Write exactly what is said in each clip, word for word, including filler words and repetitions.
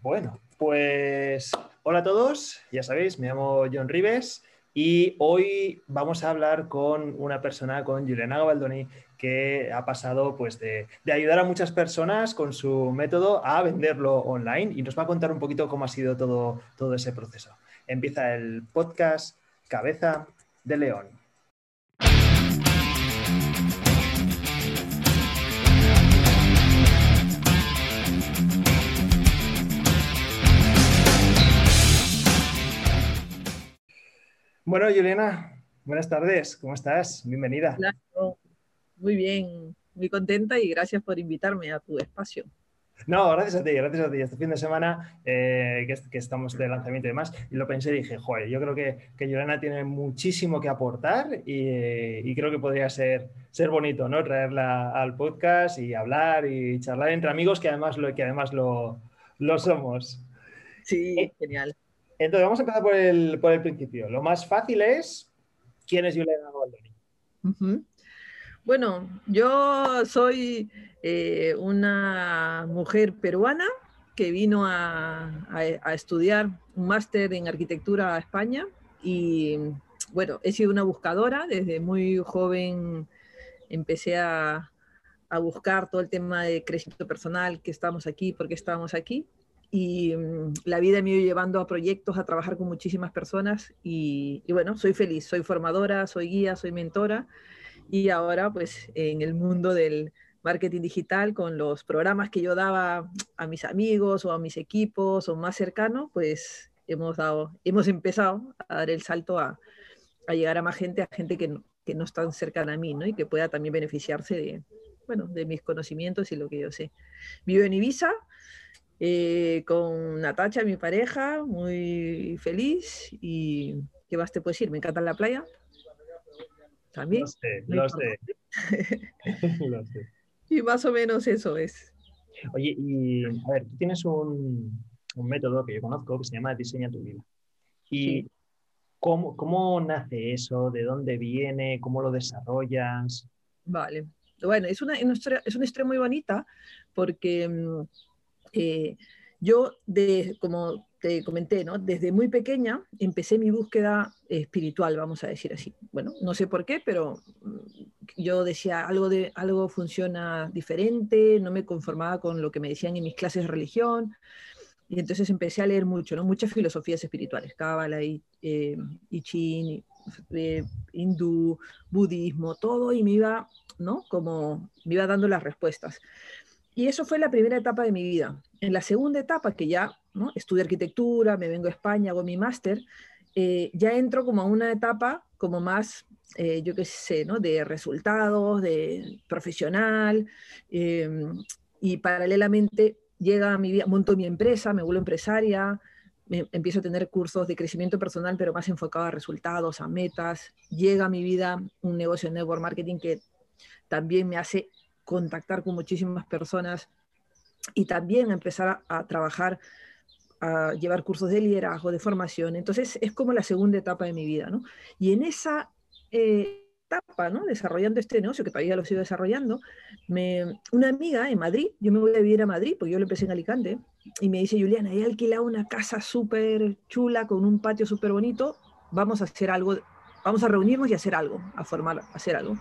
Bueno, pues hola a todos, ya sabéis, me llamo John Rives y hoy vamos a hablar con una persona, con Juliana Gabaldoni, que ha pasado pues, de, de ayudar a muchas personas con su método a venderlo online y nos va a contar un poquito cómo ha sido todo, todo ese proceso. Empieza el podcast Cabeza de León. Bueno, Juliana, buenas tardes, ¿cómo estás? Bienvenida. Claro, muy bien, muy contenta y gracias por invitarme a tu espacio. No, gracias a ti, gracias a ti. Este fin de semana eh, que, que estamos de lanzamiento y demás, y lo pensé y dije, joder, yo creo que, que Juliana tiene muchísimo que aportar y, eh, y creo que podría ser, ser bonito, ¿no? Traerla al podcast y hablar y charlar entre amigos que además lo, que además lo, lo somos. Sí, Eh, genial. Entonces, vamos a empezar por el, por el principio. Lo más fácil es, ¿quién es Juliana Gabaldoni? Ujú. Bueno, yo soy eh, una mujer peruana que vino a, a- a estudiar un máster en arquitectura a España y bueno, he sido una buscadora desde muy joven. Empecé a, a buscar todo el tema de crecimiento personal, que estamos aquí, por qué estábamos aquí. Y um, la vida me ha ido llevando a proyectos, a trabajar con muchísimas personas y, y bueno, soy feliz, soy formadora, soy guía, soy mentora y ahora pues en el mundo del marketing digital con los programas que yo daba a mis amigos o a mis equipos o más cercanos, pues hemos dado, hemos empezado a dar el salto a, a llegar a más gente, a gente que no, que no es tan cercana a mí, ¿no? Y que pueda también beneficiarse de, bueno, de mis conocimientos y lo que yo sé. Vivo en Ibiza, eh, con Natacha, mi pareja, muy feliz. ¿Y qué más te puedo decir? Me encanta la playa, Lo también, sé, muy lo sé, importante. lo sé. Y más o menos eso es. Oye, y a ver, tú tienes un, un método que yo conozco que se llama Diseña tu vida. Sí, ¿Y cómo, cómo nace eso? ¿De dónde viene? ¿Cómo lo desarrollas? vale. Bueno, es una, es una historia, es una historia muy bonita porque mm, eh, yo, de, como te comenté, ¿no? Desde muy pequeña empecé mi búsqueda espiritual, vamos a decir así. Bueno, no sé por qué, pero mm, yo decía algo, de, algo funciona diferente, no me conformaba con lo que me decían en mis clases de religión, y entonces empecé a leer mucho, ¿no? Muchas filosofías espirituales, Cábala, I, eh, I Ching, eh, hindú, budismo, todo, y me iba, ¿no? Como me iba dando las respuestas. Y eso fue la primera etapa de mi vida. En la segunda etapa, que ya, ¿no? Estudio arquitectura, me vengo a España, hago mi máster, eh, ya entro como a una etapa como más, eh, yo qué sé, ¿no? De resultados, de profesional, eh, y paralelamente llega a mi vida, monto mi empresa, me vuelvo empresaria, me, empiezo a tener cursos de crecimiento personal, pero más enfocado a resultados, a metas. Llega a mi vida un negocio de network marketing que también me hace contactar con muchísimas personas y también empezar a, a trabajar, a llevar cursos de liderazgo, de formación. Entonces es como la segunda etapa de mi vida, ¿no? Y en esa eh, etapa, ¿no? Desarrollando este negocio, que todavía lo sigo desarrollando, me, una amiga en Madrid, yo me voy a vivir a Madrid, porque yo lo empecé en Alicante, y me dice, Juliana, he alquilado una casa súper chula, con un patio súper bonito, vamos a hacer algo, vamos a reunirnos y hacer algo, a formar, a hacer algo.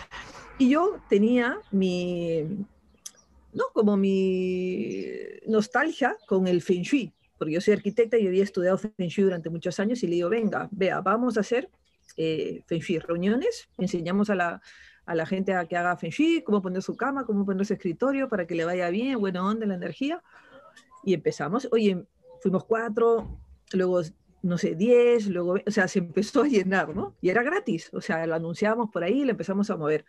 Y yo tenía mi, ¿no? Como mi nostalgia con el Feng Shui, porque yo soy arquitecta y había estudiado Feng Shui durante muchos años y le digo, venga, vea, vamos a hacer eh, Feng Shui, reuniones, enseñamos a la, a la gente a que haga Feng Shui, cómo poner su cama, cómo poner su escritorio para que le vaya bien, buena onda, la energía. Y empezamos, oye, fuimos cuatro, luego, no sé, diez, luego, o sea, se empezó a llenar, ¿no? Y era gratis, o sea, lo anunciábamos por ahí y lo empezamos a mover.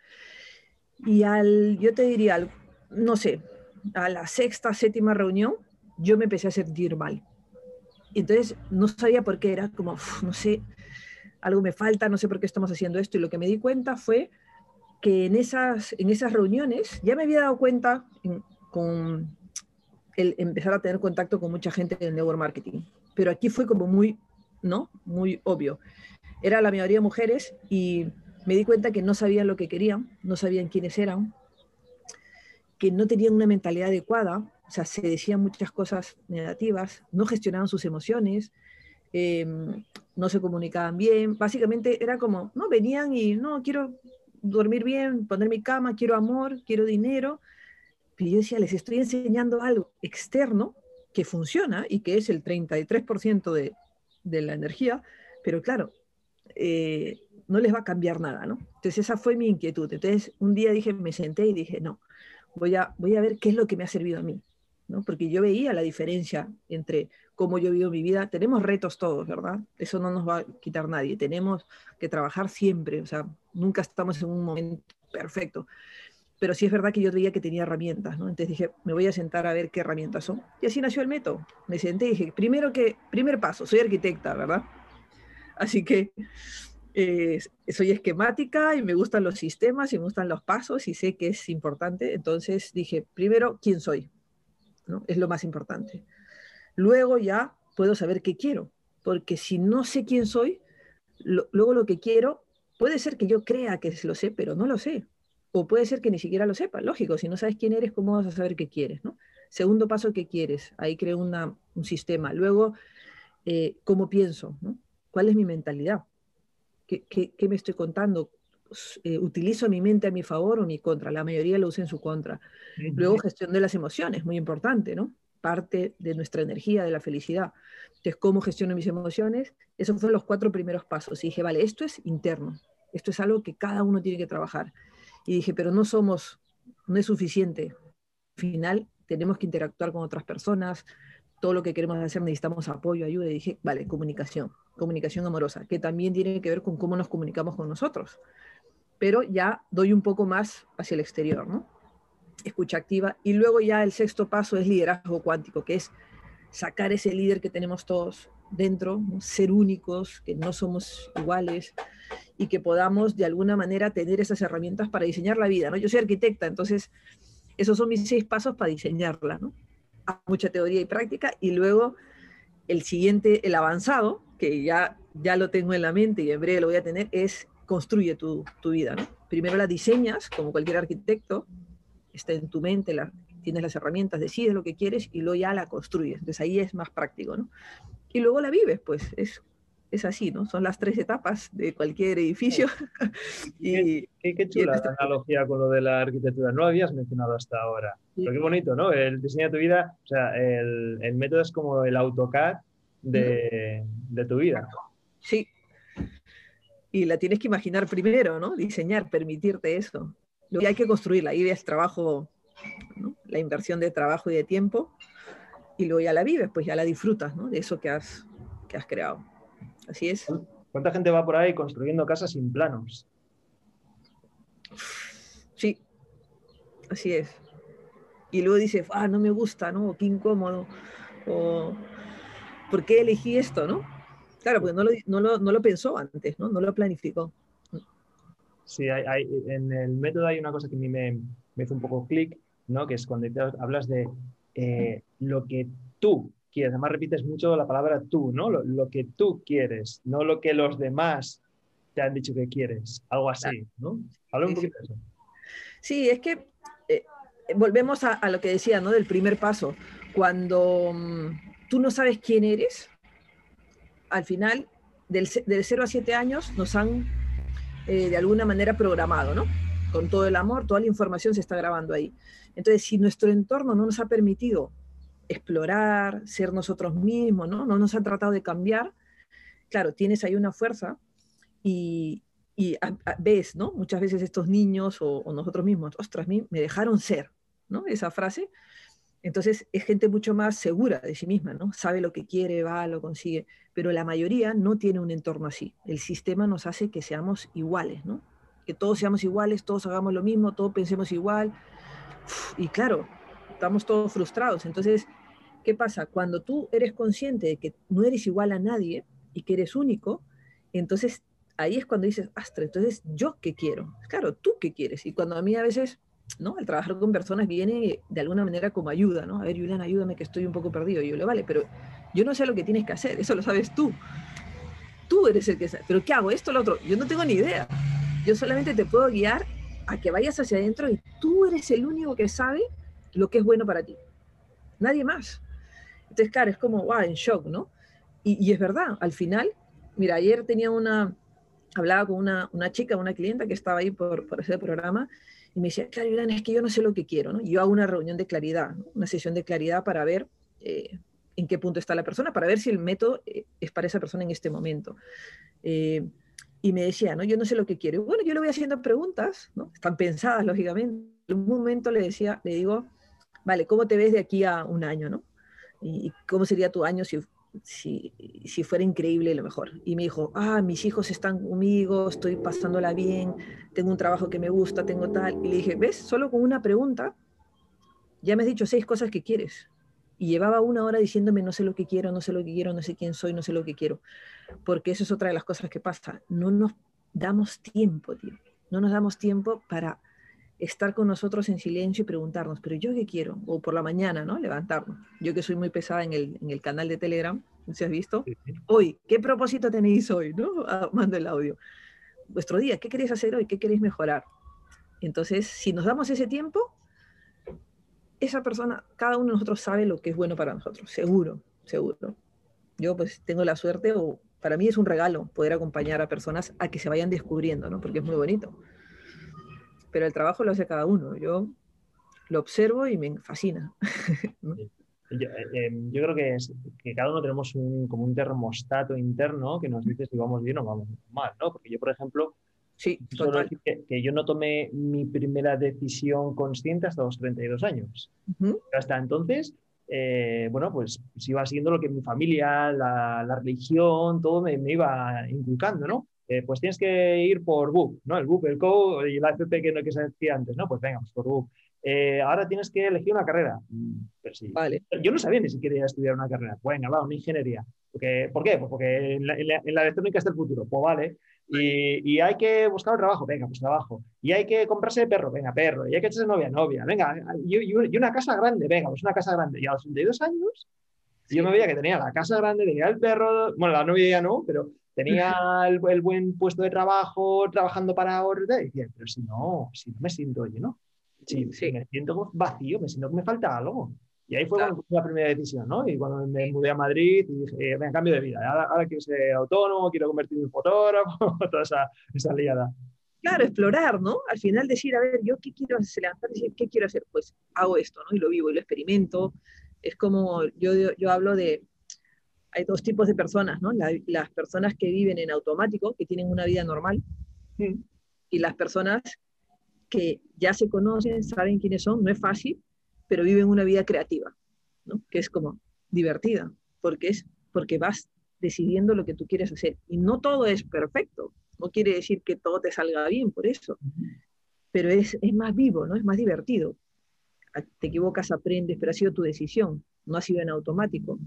Y al, yo te diría, al, no sé, a la sexta, séptima reunión, yo me empecé a sentir mal. Y entonces no sabía por qué, era como, uf, no sé, algo me falta, no sé por qué estamos haciendo esto. Y lo que me di cuenta fue que en esas, en esas reuniones ya me había dado cuenta en, con el empezar a tener contacto con mucha gente en el network marketing. Pero aquí fue como muy, ¿no? Muy obvio. Era la mayoría mujeres y me di cuenta que no sabían lo que querían, no sabían quiénes eran, que no tenían una mentalidad adecuada, o sea, se decían muchas cosas negativas, no gestionaban sus emociones, eh, no se comunicaban bien, básicamente era como, no, venían y, no, quiero dormir bien, poner mi cama, quiero amor, quiero dinero, pero yo decía, les estoy enseñando algo externo que funciona y que es el treinta y tres por ciento de, de la energía, pero claro, eh, no les va a cambiar nada, ¿no? Entonces esa fue mi inquietud. Entonces un día dije, me senté y dije, no, voy a, voy a ver qué es lo que me ha servido a mí, ¿no? Porque yo veía la diferencia entre cómo yo vivo mi vida. Tenemos retos todos, ¿verdad? Eso no nos va a quitar nadie. Tenemos que trabajar siempre, o sea, nunca estamos en un momento perfecto. Pero sí es verdad que yo veía que tenía herramientas, ¿no? Entonces dije, me voy a sentar a ver qué herramientas son. Y así nació el método. Me senté y dije, primero que, primer paso, soy arquitecta, ¿verdad? Así que eh, soy esquemática y me gustan los sistemas y me gustan los pasos y sé que es importante. Entonces dije, primero, ¿quién soy? ¿No? Es lo más importante. Luego ya puedo saber qué quiero, porque si no sé quién soy, lo, luego lo que quiero, puede ser que yo crea que lo sé, pero no lo sé. O puede ser que ni siquiera lo sepa. Lógico, si no sabes quién eres, ¿cómo vas a saber qué quieres? ¿No? Segundo paso, ¿qué quieres? Ahí creo una, un sistema. Luego, eh, ¿cómo pienso? ¿No? ¿Cuál es mi mentalidad? ¿Qué, qué, qué me estoy contando? Eh, ¿Utilizo mi mente a mi favor o mi contra? La mayoría lo usa en su contra. Luego, gestión de las emociones, muy importante, ¿no? Parte de nuestra energía, de la felicidad. Entonces, ¿cómo gestiono mis emociones? Esos fueron los cuatro primeros pasos. Y dije, vale, esto es interno. Esto es algo que cada uno tiene que trabajar. Y dije, pero no somos, no es suficiente. Al final, tenemos que interactuar con otras personas. Todo lo que queremos hacer necesitamos apoyo, ayuda. Y dije, vale, comunicación. Comunicación amorosa, que también tiene que ver con cómo nos comunicamos con nosotros. Pero ya doy un poco más hacia el exterior, ¿no? Escucha activa. Y luego ya el sexto paso es liderazgo cuántico, que es sacar ese líder que tenemos todos dentro, ¿no? Ser únicos, que no somos iguales y que podamos de alguna manera tener esas herramientas para diseñar la vida, ¿no? Yo soy arquitecta, entonces esos son mis seis pasos para diseñarla, ¿no? Mucha teoría y práctica, y luego el siguiente, el avanzado, que ya, ya lo tengo en la mente y en breve lo voy a tener, es construye tu, tu vida, ¿no? Primero la diseñas, como cualquier arquitecto, está en tu mente, la, tienes las herramientas, decides lo que quieres y luego ya la construyes. Entonces ahí es más práctico, ¿no? Y luego la vives, pues es, es así, ¿no? Son las tres etapas de cualquier edificio. y, qué, qué chula la este... analogía con lo de la arquitectura. No lo habías mencionado hasta ahora. Sí. Pero qué bonito, ¿no? El diseño de tu vida, o sea, el, el método es como el AutoCAD de, uh-huh. de tu vida. Sí. Y la tienes que imaginar primero, ¿no? Diseñar, permitirte eso. Y hay que construirla. Ahí ves trabajo, ¿no? La inversión de trabajo y de tiempo. Y luego ya la vives, pues ya la disfrutas, ¿no? De eso que has, que has creado. Así es. ¿Cuánta gente va por ahí construyendo casas sin planos? Sí, así es. Y luego dices, ah, no me gusta, ¿no? Qué incómodo. O, ¿por qué elegí esto, no? Claro, porque no lo, no lo, no lo pensó antes, ¿no? No lo planificó. Sí, hay, hay, en el método hay una cosa que a mí me, me hizo un poco clic, ¿no? Que es cuando hablas de eh, lo que tú quieres. Además repites mucho la palabra tú, ¿no? Lo, lo que tú quieres, no lo que los demás te han dicho que quieres. Algo así, ¿no? Habla un poquito de eso. Sí, es que eh, volvemos a, a lo que decía, ¿no? Del primer paso. Cuando um, tú no sabes quién eres, al final, del, del cero a siete años, nos han eh, de alguna manera programado, ¿no? Con todo el amor, toda la información se está grabando ahí. Entonces, si nuestro entorno no nos ha permitido explorar, ser nosotros mismos, ¿no? No nos han tratado de cambiar, claro, tienes ahí una fuerza y, y a, a, ves, ¿no? Muchas veces estos niños o, o nosotros mismos, ostras, me dejaron ser, ¿no? Esa frase. Entonces es gente mucho más segura de sí misma, ¿no? Sabe lo que quiere, va, lo consigue, pero la mayoría no tiene un entorno así. El sistema nos hace que seamos iguales, ¿no? Que todos seamos iguales, todos hagamos lo mismo, todos pensemos igual. Y claro, estamos todos frustrados. Entonces, ¿qué pasa? Cuando tú eres consciente de que no eres igual a nadie y que eres único, entonces ahí es cuando dices, astra, entonces, ¿yo qué quiero? Claro, ¿tú qué quieres? Y cuando a mí a veces, ¿no? Al trabajar con personas viene de alguna manera como ayuda, ¿no? A ver, Julián, ayúdame que estoy un poco perdido. Y yo le, vale, pero yo no sé lo que tienes que hacer, eso lo sabes tú. Tú eres el que sabe, pero ¿qué hago? Esto, lo otro. Yo no tengo ni idea. Yo solamente te puedo guiar a que vayas hacia adentro y tú eres el único que sabe lo que es bueno para ti. nadie más. Entonces, claro, es como, wow, en shock, ¿no? Y, y es verdad, al final, mira, ayer tenía una, hablaba con una, una chica, una clienta que estaba ahí por, por hacer el programa, y me decía, claro, Irán, es que yo no sé lo que quiero, ¿no? Y yo hago una reunión de claridad, ¿no? Una sesión de claridad para ver eh, en qué punto está la persona, para ver si el método eh, es para esa persona en este momento. Eh, y me decía, ¿no? Yo no sé lo que quiero. Y bueno, yo le voy haciendo preguntas, ¿no? Están pensadas, lógicamente. En un momento le decía, le digo, vale, ¿cómo te ves de aquí a un año, ¿no? ¿Y cómo sería tu año si, si, si fuera increíble lo mejor? Y me dijo, ah, mis hijos están conmigo, estoy pasándola bien, tengo un trabajo que me gusta, tengo tal. Y le dije, ¿ves? Solo con una pregunta ya me has dicho seis cosas que quieres. Y llevaba una hora diciéndome, no sé lo que quiero, no sé lo que quiero, no sé quién soy, no sé lo que quiero. Porque eso es otra de las cosas que pasa. No nos damos tiempo, tío. No nos damos tiempo para estar con nosotros en silencio y preguntarnos, ¿pero yo qué quiero? O por la mañana, ¿no? Levantarnos. Yo que soy muy pesada en el, en el canal de Telegram, ¿no se has visto? Sí, sí. Hoy, ¿qué propósito tenéis hoy? ¿No? Ah, mando el audio. Vuestro día, ¿qué queréis hacer hoy? ¿Qué queréis mejorar? Entonces, si nos damos ese tiempo, esa persona, cada uno de nosotros sabe lo que es bueno para nosotros, seguro, seguro. Yo pues tengo la suerte, o para mí es un regalo poder acompañar a personas a que se vayan descubriendo, ¿no? Porque es muy bonito. Pero el trabajo lo hace cada uno. Yo lo observo y me fascina, ¿no? Sí. Yo, eh, eh, yo creo que, es, que cada uno tenemos un, como un termostato interno que nos dice si vamos bien o vamos mal, ¿no? Porque yo, por ejemplo, Sí, suelo total. decir que, que yo no tomé mi primera decisión consciente hasta los treinta y dos años. Uh-huh. Hasta entonces, eh, bueno, pues, pues iba siguiendo lo que mi familia, la, la religión, todo me, me iba inculcando, ¿no? Eh, pues tienes que ir por B U P, ¿no? El B U P, el C O U y la F P que, no, que se decía antes, ¿no? Pues venga, pues por B U P. Eh, ahora tienes que elegir una carrera. Pero sí, Vale. yo no sabía ni si quería estudiar una carrera. Pues venga, va, una ingeniería. Porque, ¿por qué? Pues porque en la, en, la, en la electrónica está el futuro. Pues vale. Y, y, hay que buscar un trabajo, venga, pues trabajo. Y hay que comprarse perro, venga, perro. Y hay que echarse novia, novia. Venga, y, y una casa grande, venga, pues una casa grande. Y a los treinta y dos años, sí. Yo me veía que tenía la casa grande, tenía el perro, bueno, la novia ya no, pero tenía el, el buen puesto de trabajo, trabajando para ahora. Y decía, pero si no, si no me siento lleno, si, si Sí, me siento vacío, me siento que me falta algo. Y ahí fue claro. cuando tomé la primera decisión, ¿no? Y cuando me mudé a Madrid y dije, eh, venga, cambio de vida. Ahora, ahora quiero ser autónomo, quiero convertirme en fotógrafo, toda esa, esa liada. Claro, explorar, ¿no? Al final decir, a ver, ¿yo qué quiero hacer? Levantar y decir, ¿qué quiero hacer? Pues hago esto, ¿no? Y lo vivo y lo experimento. Es como, yo, yo hablo de, hay dos tipos de personas, ¿no? La, las personas que viven en automático, que tienen una vida normal, Mm. y las personas que ya se conocen, saben quiénes son, no es fácil, pero viven una vida creativa, ¿no? Que es como divertida, porque es porque vas decidiendo lo que tú quieres hacer. Y no todo es perfecto, no quiere decir que todo te salga bien por eso, pero es, es más vivo, ¿no? Es más divertido. Te equivocas, aprendes, pero ha sido tu decisión, no ha sido en automático.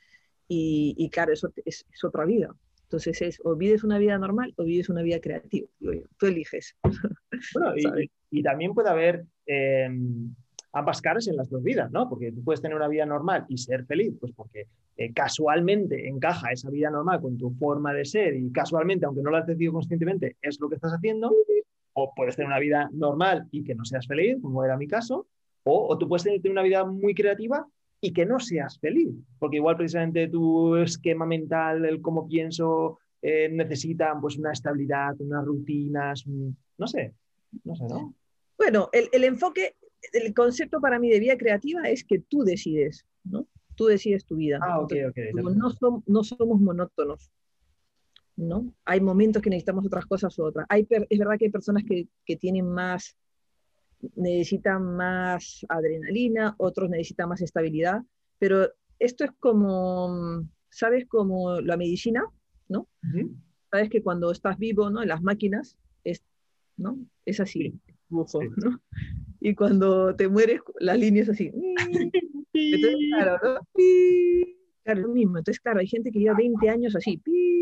Y, y claro, eso es, es otra vida. Entonces es, o vives una vida normal o vives una vida creativa. Digo yo, tú eliges. Bueno, y, ¿Sabes? y, y también puede haber eh, ambas caras en las dos vidas, ¿no? Porque tú puedes tener una vida normal y ser feliz, pues porque eh, casualmente encaja esa vida normal con tu forma de ser y casualmente, aunque no lo has decidido conscientemente, es lo que estás haciendo. O puedes tener una vida normal y que no seas feliz, como era mi caso, o, o tú puedes tener una vida muy creativa y que no seas feliz, porque igual precisamente tu esquema mental, el cómo pienso, eh, necesitan pues una estabilidad, unas rutinas, un, no sé, no sé, ¿no? Bueno, el, el enfoque, el concepto para mí de vida creativa es que tú decides, ¿no? Tú decides tu vida. Ah, ok, Entonces, ok. como no, som, no somos monótonos, ¿no? Hay momentos que necesitamos otras cosas u otras. Hay, es verdad que hay personas que, que tienen más, necesitan más adrenalina, otros necesitan más estabilidad, pero esto es como, ¿sabes? Como la medicina, ¿no? Uh-huh. Sabes que cuando estás vivo, ¿no? En las máquinas, es, ¿no? Es así, Sí, dibujo, sí. ¿no? Y cuando te mueres, la línea es así. Entonces, claro, ¿no? Claro, lo mismo. Entonces, claro, hay gente que lleva veinte años así,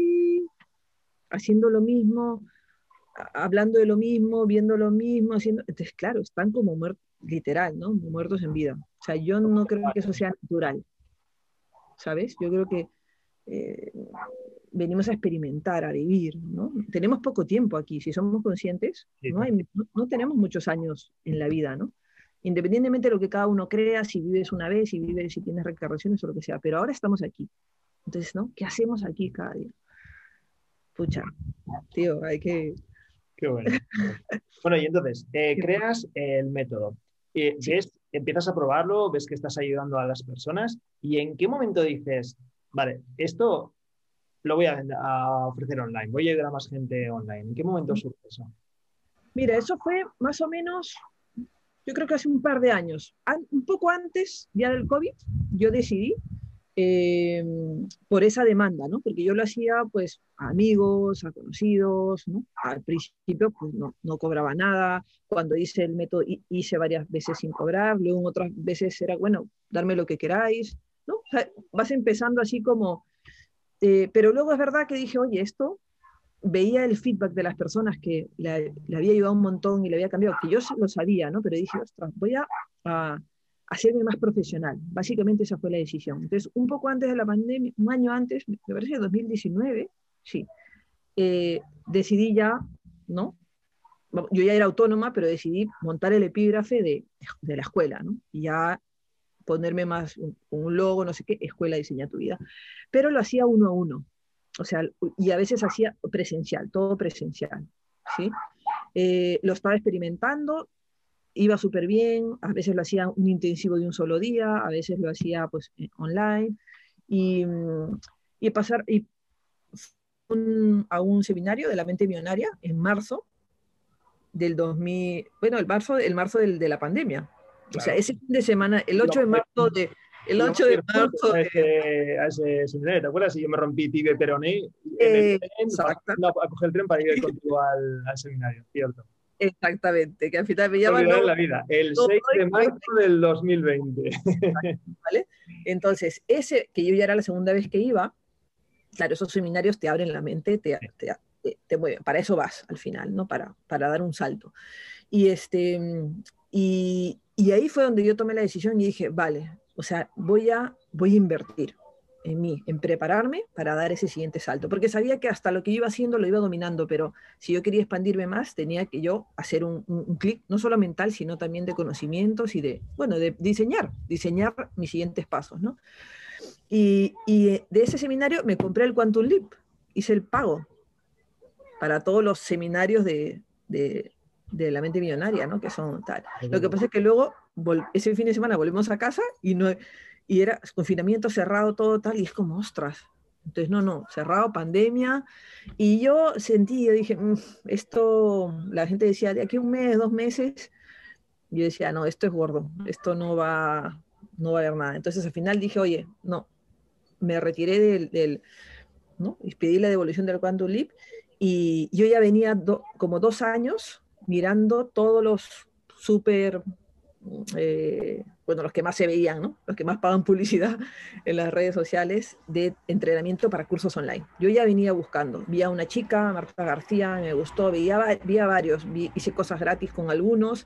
haciendo lo mismo, hablando de lo mismo, viendo lo mismo, haciendo... Entonces, claro, están como muertos, literal, ¿no? Muertos en vida. O sea, yo no creo que eso sea natural, ¿sabes? Yo creo que eh, venimos a experimentar, a vivir, ¿no? Tenemos poco tiempo aquí, si somos conscientes, Sí, no, hay, no, no tenemos muchos años en la vida, ¿no? independientemente de lo que cada uno crea, si vives una vez, si vives, si tienes reencarnaciones o lo que sea, pero ahora estamos aquí. Entonces, ¿no? ¿Qué hacemos aquí cada día? Pucha, tío, hay que... Qué bueno. Bueno, y entonces, eh, creas el método. Eh, Sí. ves, empiezas a probarlo, ves que estás ayudando a las personas y ¿en qué momento dices, vale, esto lo voy a, a ofrecer online, voy a ayudar a más gente online? ¿En qué momento surge eso? Mira, eso fue más o menos, yo creo que hace un par de años, An- un poco antes ya del COVID, yo decidí eh, por esa demanda, ¿no? Porque yo lo hacía pues a amigos, a conocidos, ¿no? Al principio pues no, no cobraba nada, cuando hice el método hi- hice varias veces sin cobrar, luego en otras veces era, bueno, darme lo que queráis, ¿no? O sea, vas empezando así como, eh, pero luego es verdad que dije, oye, esto veía el feedback de las personas que le, le había ayudado un montón y le había cambiado, que yo lo sabía, ¿no? Pero dije, ostras, voy a, a hacerme más profesional. Básicamente esa fue la decisión. Entonces, un poco antes de la pandemia, un año antes, me parece que dos mil diecinueve, sí, eh, decidí ya, ¿no? Yo ya era autónoma, pero decidí montar el epígrafe de, de la escuela, ¿no? Y ya ponerme más un, un logo, no sé qué, Escuela Diseña tu Vida. Pero lo hacía uno a uno. O sea, y a veces hacía presencial, todo presencial, ¿sí? Eh, lo estaba experimentando, iba súper bien, a veces lo hacía un intensivo de un solo día, a veces lo hacía pues eh, online, y, y pasar y un, a un seminario de la mente millonaria en marzo del dos mil, bueno, el marzo, el marzo del, de la pandemia. O sea, Claro. ese fin de semana, el ocho de Íbamos a ir, marzo de, el íbamos ocho a de ir juntos marzo a de, ese, a ese seminario, ¿te acuerdas? Y yo me rompí tibia y peroné en el eh, tren, exacta, bajando a, a coger el tren para ir contigo al, al seminario, cierto. exactamente, que al final me No llaman, olvidaré en no, la vida, el no, seis de marzo del dos mil veinte. ¿vale? Entonces, ese que yo ya era la segunda vez que iba, claro, esos seminarios te abren la mente, te, te, te, te mueven, para eso vas al final, ¿no? Para, para dar un salto. Y, este, y, y ahí fue donde yo tomé la decisión y dije, vale, o sea, voy a, voy a invertir en mí, en prepararme para dar ese siguiente salto, porque sabía que hasta lo que yo iba haciendo lo iba dominando, pero si yo quería expandirme más, tenía que yo hacer un, un, un clic, no solo mental, sino también de conocimientos y de, bueno, de diseñar, diseñar mis siguientes pasos, ¿no? Y, y de ese seminario me compré el Quantum Leap, hice el pago para todos los seminarios de, de, de la mente millonaria, ¿no? Que son tal. Lo que pasa es que luego, ese fin de semana volvemos a casa y, no, y era confinamiento cerrado, todo tal, y es como, ostras. Entonces, no, no, cerrado, pandemia. Y yo sentí, yo dije, mmm, esto, la gente decía, de aquí a un mes, dos meses. Yo decía, no, esto es gordo, esto no va, no va a haber nada. Entonces, al final dije, oye, no, me retiré del, del ¿no? Y pedí la devolución del Quantum Leap y yo ya venía do, como dos años mirando todos los súper, eh, bueno, los que más se veían, ¿no? Los que más pagan publicidad en las redes sociales de entrenamiento para cursos online. Yo ya venía buscando, vi a una chica, Marta García, me gustó, veía, vi a varios, vi, hice cosas gratis con algunos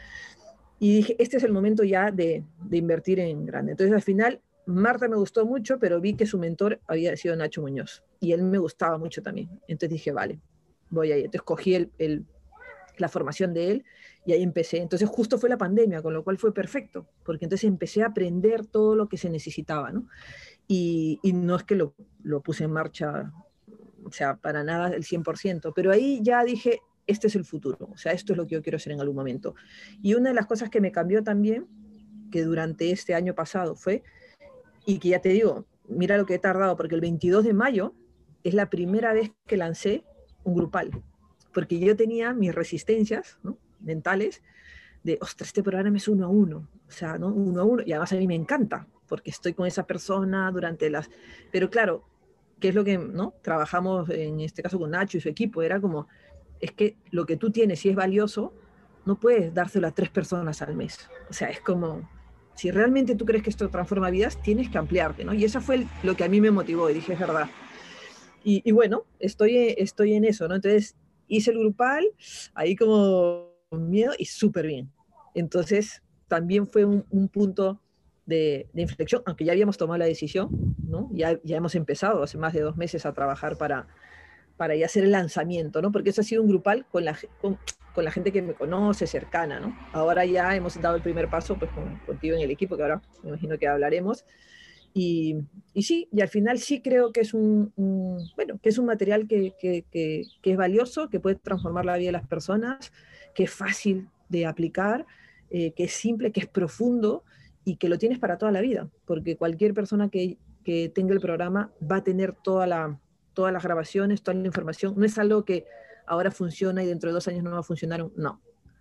y dije, este es el momento ya de, de invertir en grande. Entonces al final Marta me gustó mucho, pero vi que su mentor había sido Nacho Muñoz y él me gustaba mucho también. Entonces dije, vale, voy ahí. Entonces cogí el, el, la formación de él y ahí empecé. Entonces justo fue la pandemia, con lo cual fue perfecto, porque entonces empecé a aprender todo lo que se necesitaba, ¿no? Y, y no es que lo, lo puse en marcha, o sea, para nada el cien por ciento, pero ahí ya dije, este es el futuro, o sea, esto es lo que yo quiero hacer en algún momento. Y una de las cosas que me cambió también, que durante este año pasado fue, y que ya te digo, mira lo que he tardado, porque el veintidós de mayo es la primera vez que lancé un grupal, porque yo tenía mis resistencias, ¿no?, mentales, de, ostras, este programa es uno a uno, o sea, ¿no? Uno a uno, y además a mí me encanta, porque estoy con esa persona durante las... Pero claro, ¿qué es lo que, no? Trabajamos en este caso con Nacho y su equipo, era como, es que lo que tú tienes, si es valioso, no puedes dárselo a tres personas al mes. O sea, es como, si realmente tú crees que esto transforma vidas, tienes que ampliarte, ¿no? Y eso fue el, lo que a mí me motivó, y dije, es verdad. Y, y bueno, estoy, estoy en eso, ¿no? Entonces, hice el grupal, ahí como miedo y súper bien. Entonces, también fue un, un punto de, de, inflexión, aunque ya habíamos tomado la decisión, ¿no? Ya, ya hemos empezado hace más de dos meses a trabajar para, para ya hacer el lanzamiento, ¿no? Porque eso ha sido un grupal con la, con, con la gente que me conoce, cercana, ¿no? Ahora ya hemos dado el primer paso, pues, con, contigo en el equipo, que ahora me imagino que hablaremos. Y, y sí, y al final sí creo que es un, un bueno, que es un material que, que, que, que es valioso, que puede transformar la vida de las personas, que es fácil de aplicar, eh, que es simple, que es profundo y que lo tienes para toda la vida, porque cualquier persona que, que tenga el programa va a tener toda la, todas las grabaciones, toda la información. No es algo que ahora funciona y dentro de dos años no va a funcionar. No,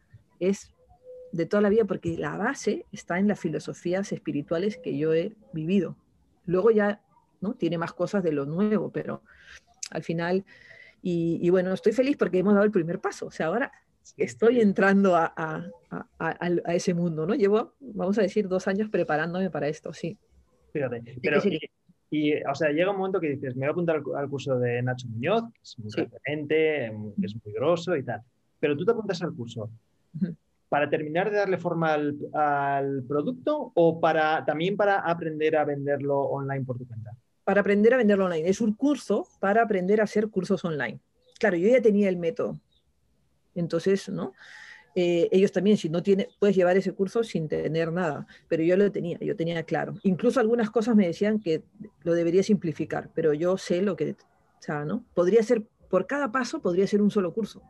es de toda la vida porque la base está en las filosofías espirituales que yo he vivido. Luego ya, ¿no? Tiene más cosas de lo nuevo, pero al final, y, y bueno, estoy feliz porque hemos dado el primer paso. O sea, ahora estoy entrando a, a, a, a, a ese mundo, ¿no? Llevo, vamos a decir, dos años preparándome para esto, sí. Fíjate, pero y, y, o sea, llega un momento que dices, me voy a apuntar al, al curso de Nacho Muñoz, que es un sí. referente, que es muy grosso y tal, pero tú te apuntas al curso uh-huh. ¿para terminar de darle forma al, al producto o para también para aprender a venderlo online por tu cuenta? Para aprender a venderlo online. Es un curso para aprender a hacer cursos online. Claro, yo ya tenía el método. Entonces, ¿no? Eh, ellos también, si no tienes, puedes llevar ese curso sin tener nada, pero yo lo tenía, yo tenía claro. Incluso algunas cosas me decían que lo debería simplificar, pero yo sé lo que, o sea, ¿no? Podría ser, por cada paso podría ser un solo curso.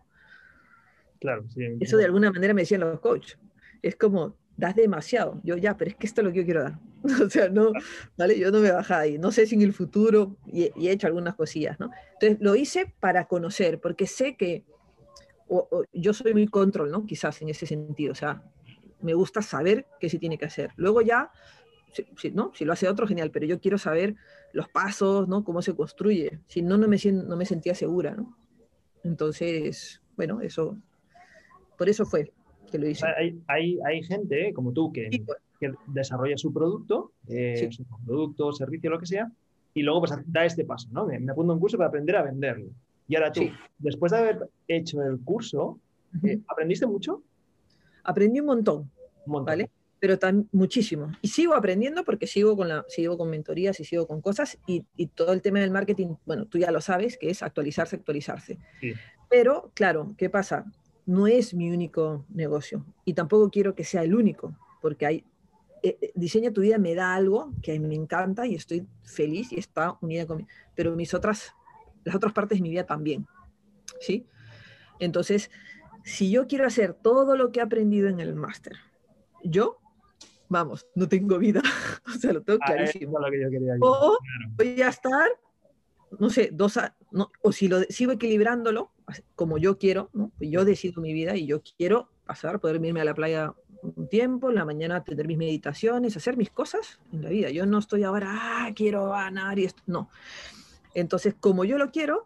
Claro, sí. Eso de alguna manera me decían los coaches. Es como, das demasiado. Yo ya, pero es que esto es lo que yo quiero dar. O sea, no, ¿vale? Yo no me bajaba ahí. No sé si en el futuro, y, y he hecho algunas cosillas, ¿no? Entonces, lo hice para conocer, porque sé que O, o, yo soy muy control, ¿no? Quizás en ese sentido, o sea, me gusta saber qué se tiene que hacer. Luego ya, si, si, ¿no? Si lo hace otro, genial, pero yo quiero saber los pasos, ¿no? Cómo se construye. Si no, no me, no me sentía segura, ¿no? Entonces, bueno, eso, por eso fue que lo hice. Hay, hay, hay gente ¿eh? como tú que, sí, pues. que desarrolla su producto, eh, sí. su producto, servicio, lo que sea, y luego pues da este paso, ¿no? Me, me apunto a un curso para aprender a venderlo. Y ahora tú, sí. después de haber hecho el curso, eh, ¿aprendiste mucho? Aprendí un montón, un montón. ¿vale? Pero tan, muchísimo. Y sigo aprendiendo porque sigo con, la, sigo con mentorías y sigo con cosas y, y todo el tema del marketing, bueno, tú ya lo sabes, que es actualizarse, actualizarse. Sí. Pero, claro, ¿qué pasa? No es mi único negocio y tampoco quiero que sea el único, porque hay, eh, Diseña tu vida me da algo que me encanta y estoy feliz y está unida conmigo, pero mis otras, las otras partes de mi vida también, ¿sí? Entonces, si yo quiero hacer todo lo que he aprendido en el máster, yo, vamos, no tengo vida, o sea, lo tengo ah, clarísimo. Es lo que yo quería yo. O claro. voy a estar, no sé, dos a, no, o si lo sigo equilibrándolo, como yo quiero, ¿no? Yo decido mi vida y yo quiero pasar, poder irme a la playa un tiempo, en la mañana tener mis meditaciones, hacer mis cosas en la vida. Yo no estoy ahora, ah, quiero ganar y esto, no. Entonces, como yo lo quiero,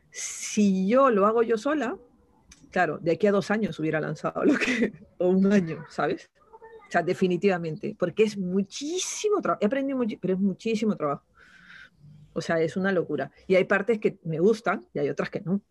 si yo lo hago yo sola, claro, de aquí a dos años hubiera lanzado lo que, o un año, ¿sabes? O sea, definitivamente, porque es muchísimo trabajo. He aprendido mucho, pero es muchísimo trabajo. O sea, es una locura. Y hay partes que me gustan y hay otras que no.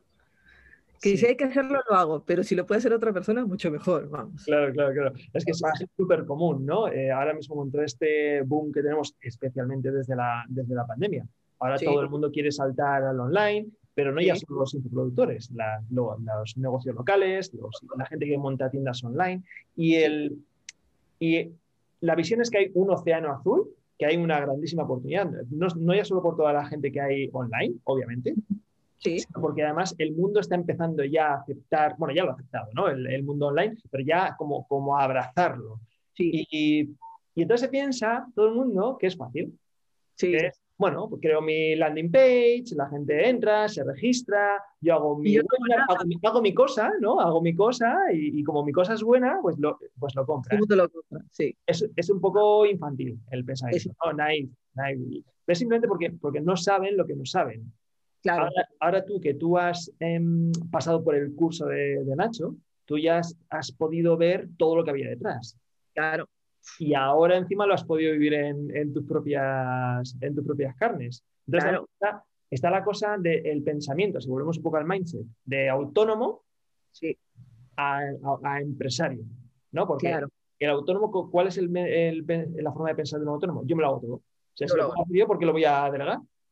Que sí. Si hay que hacerlo, lo hago, pero si lo puede hacer otra persona, mucho mejor, vamos. Claro, claro, claro. Es que es súper común, ¿no? Eh, ahora mismo con todo este boom que tenemos, especialmente desde la, desde la pandemia. Ahora sí. Todo el mundo quiere saltar al online, pero no sí. ya solo los infoproductores, la, lo, los negocios locales, los, la gente que monta tiendas online. Y, el, sí. y la visión es que hay un océano azul, que hay una grandísima oportunidad. No, no ya solo por toda la gente que hay online, obviamente, sí. sino porque además el mundo está empezando ya a aceptar, bueno, ya lo ha aceptado, ¿no? El, el mundo online, pero ya como, como a abrazarlo. Sí. Y, y entonces se piensa todo el mundo que es fácil. Sí. Que es, bueno, pues creo mi landing page, la gente entra, se registra, yo hago mi yo webinar, hago, mi, hago mi cosa, ¿no? Hago mi cosa y, y como mi cosa es buena, pues lo, pues lo compras. Te lo compras, sí. Es, es un poco infantil el pensamiento, ¿no? Naive, naive. Es simplemente porque, porque no saben lo que no saben. Claro. Ahora, ahora tú que tú has eh, pasado por el curso de, de Nacho, tú ya has, has podido ver todo lo que había detrás. Claro. Y ahora encima lo has podido vivir en, en, tus, propias, en tus propias carnes. Entonces claro. está, está la cosa del pensamiento, si volvemos un poco al mindset, de autónomo sí. a, a, a empresario, ¿no? Porque claro. el autónomo, ¿cuál es el, el, la forma de pensar de un autónomo? Yo me lo hago todo. O sea, Yo si lo puedo hacer yo, ¿por qué lo voy a delegar?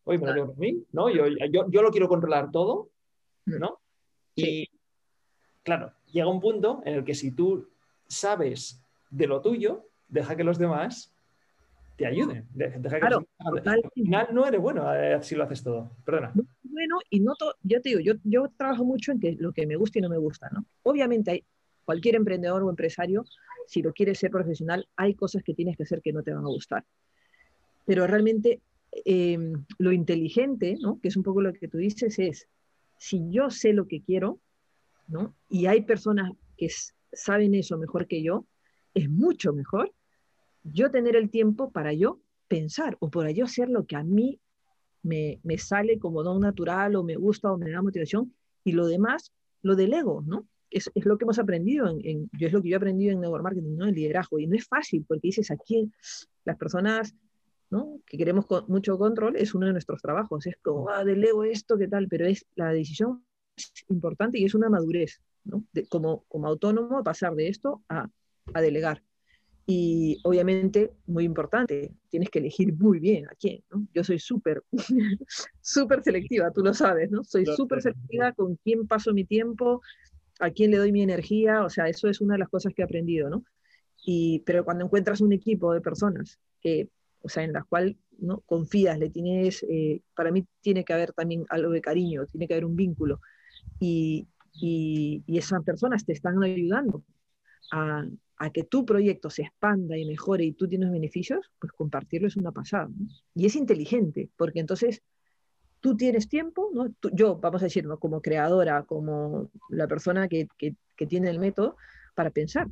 Oye, me lo tengo por mí, ¿no? Yo, yo, yo lo quiero controlar todo, ¿no? Sí. Y claro, llega un punto en el que si tú sabes de lo tuyo, deja que los demás te ayuden. Deja que los Claro, demás... Al totalmente. final no eres bueno eh, si lo haces todo. Perdona. Bueno, y no todo, yo te digo, yo, yo trabajo mucho en que lo que me gusta y no me gusta, ¿no? Obviamente hay cualquier emprendedor o empresario, si lo quieres ser profesional, hay cosas que tienes que hacer que no te van a gustar. Pero realmente eh, lo inteligente, ¿no? Que es un poco lo que tú dices, es, si yo sé lo que quiero, ¿no? Y hay personas que saben eso mejor que yo, es mucho mejor yo tener el tiempo para yo pensar o para yo hacer lo que a mí me, me sale como don natural o me gusta o me da motivación y lo demás lo delego, ¿no? Es, es lo que hemos aprendido, en, en, yo es lo que yo he aprendido en Network Marketing, ¿no? El liderazgo. Y no es fácil porque dices aquí, las personas, ¿no? Que queremos con, mucho control, es uno de nuestros trabajos. Es como, ah, delego esto, ¿qué tal? Pero es la decisión es importante y es una madurez, ¿no? De, como, como autónomo, pasar de esto a, a delegar. Y obviamente, muy importante, tienes que elegir muy bien a quién, ¿no? Yo soy súper, súper selectiva, tú lo sabes, ¿no? Soy súper selectiva con quién paso mi tiempo, a quién le doy mi energía, o sea, eso es una de las cosas que he aprendido, ¿no? Y, pero cuando encuentras un equipo de personas que, o sea, en las cuales, ¿no? Confías, le tienes, eh, para mí tiene que haber también algo de cariño, tiene que haber un vínculo, y, y, y esas personas te están ayudando a, a, que tu proyecto se expanda y mejore y tú tienes beneficios, pues compartirlo es una pasada, ¿no? Y es inteligente, porque entonces tú tienes tiempo, ¿no? Tú, yo, vamos a decir, ¿no? Como creadora, como la persona que, que, que tiene el método, para pensar.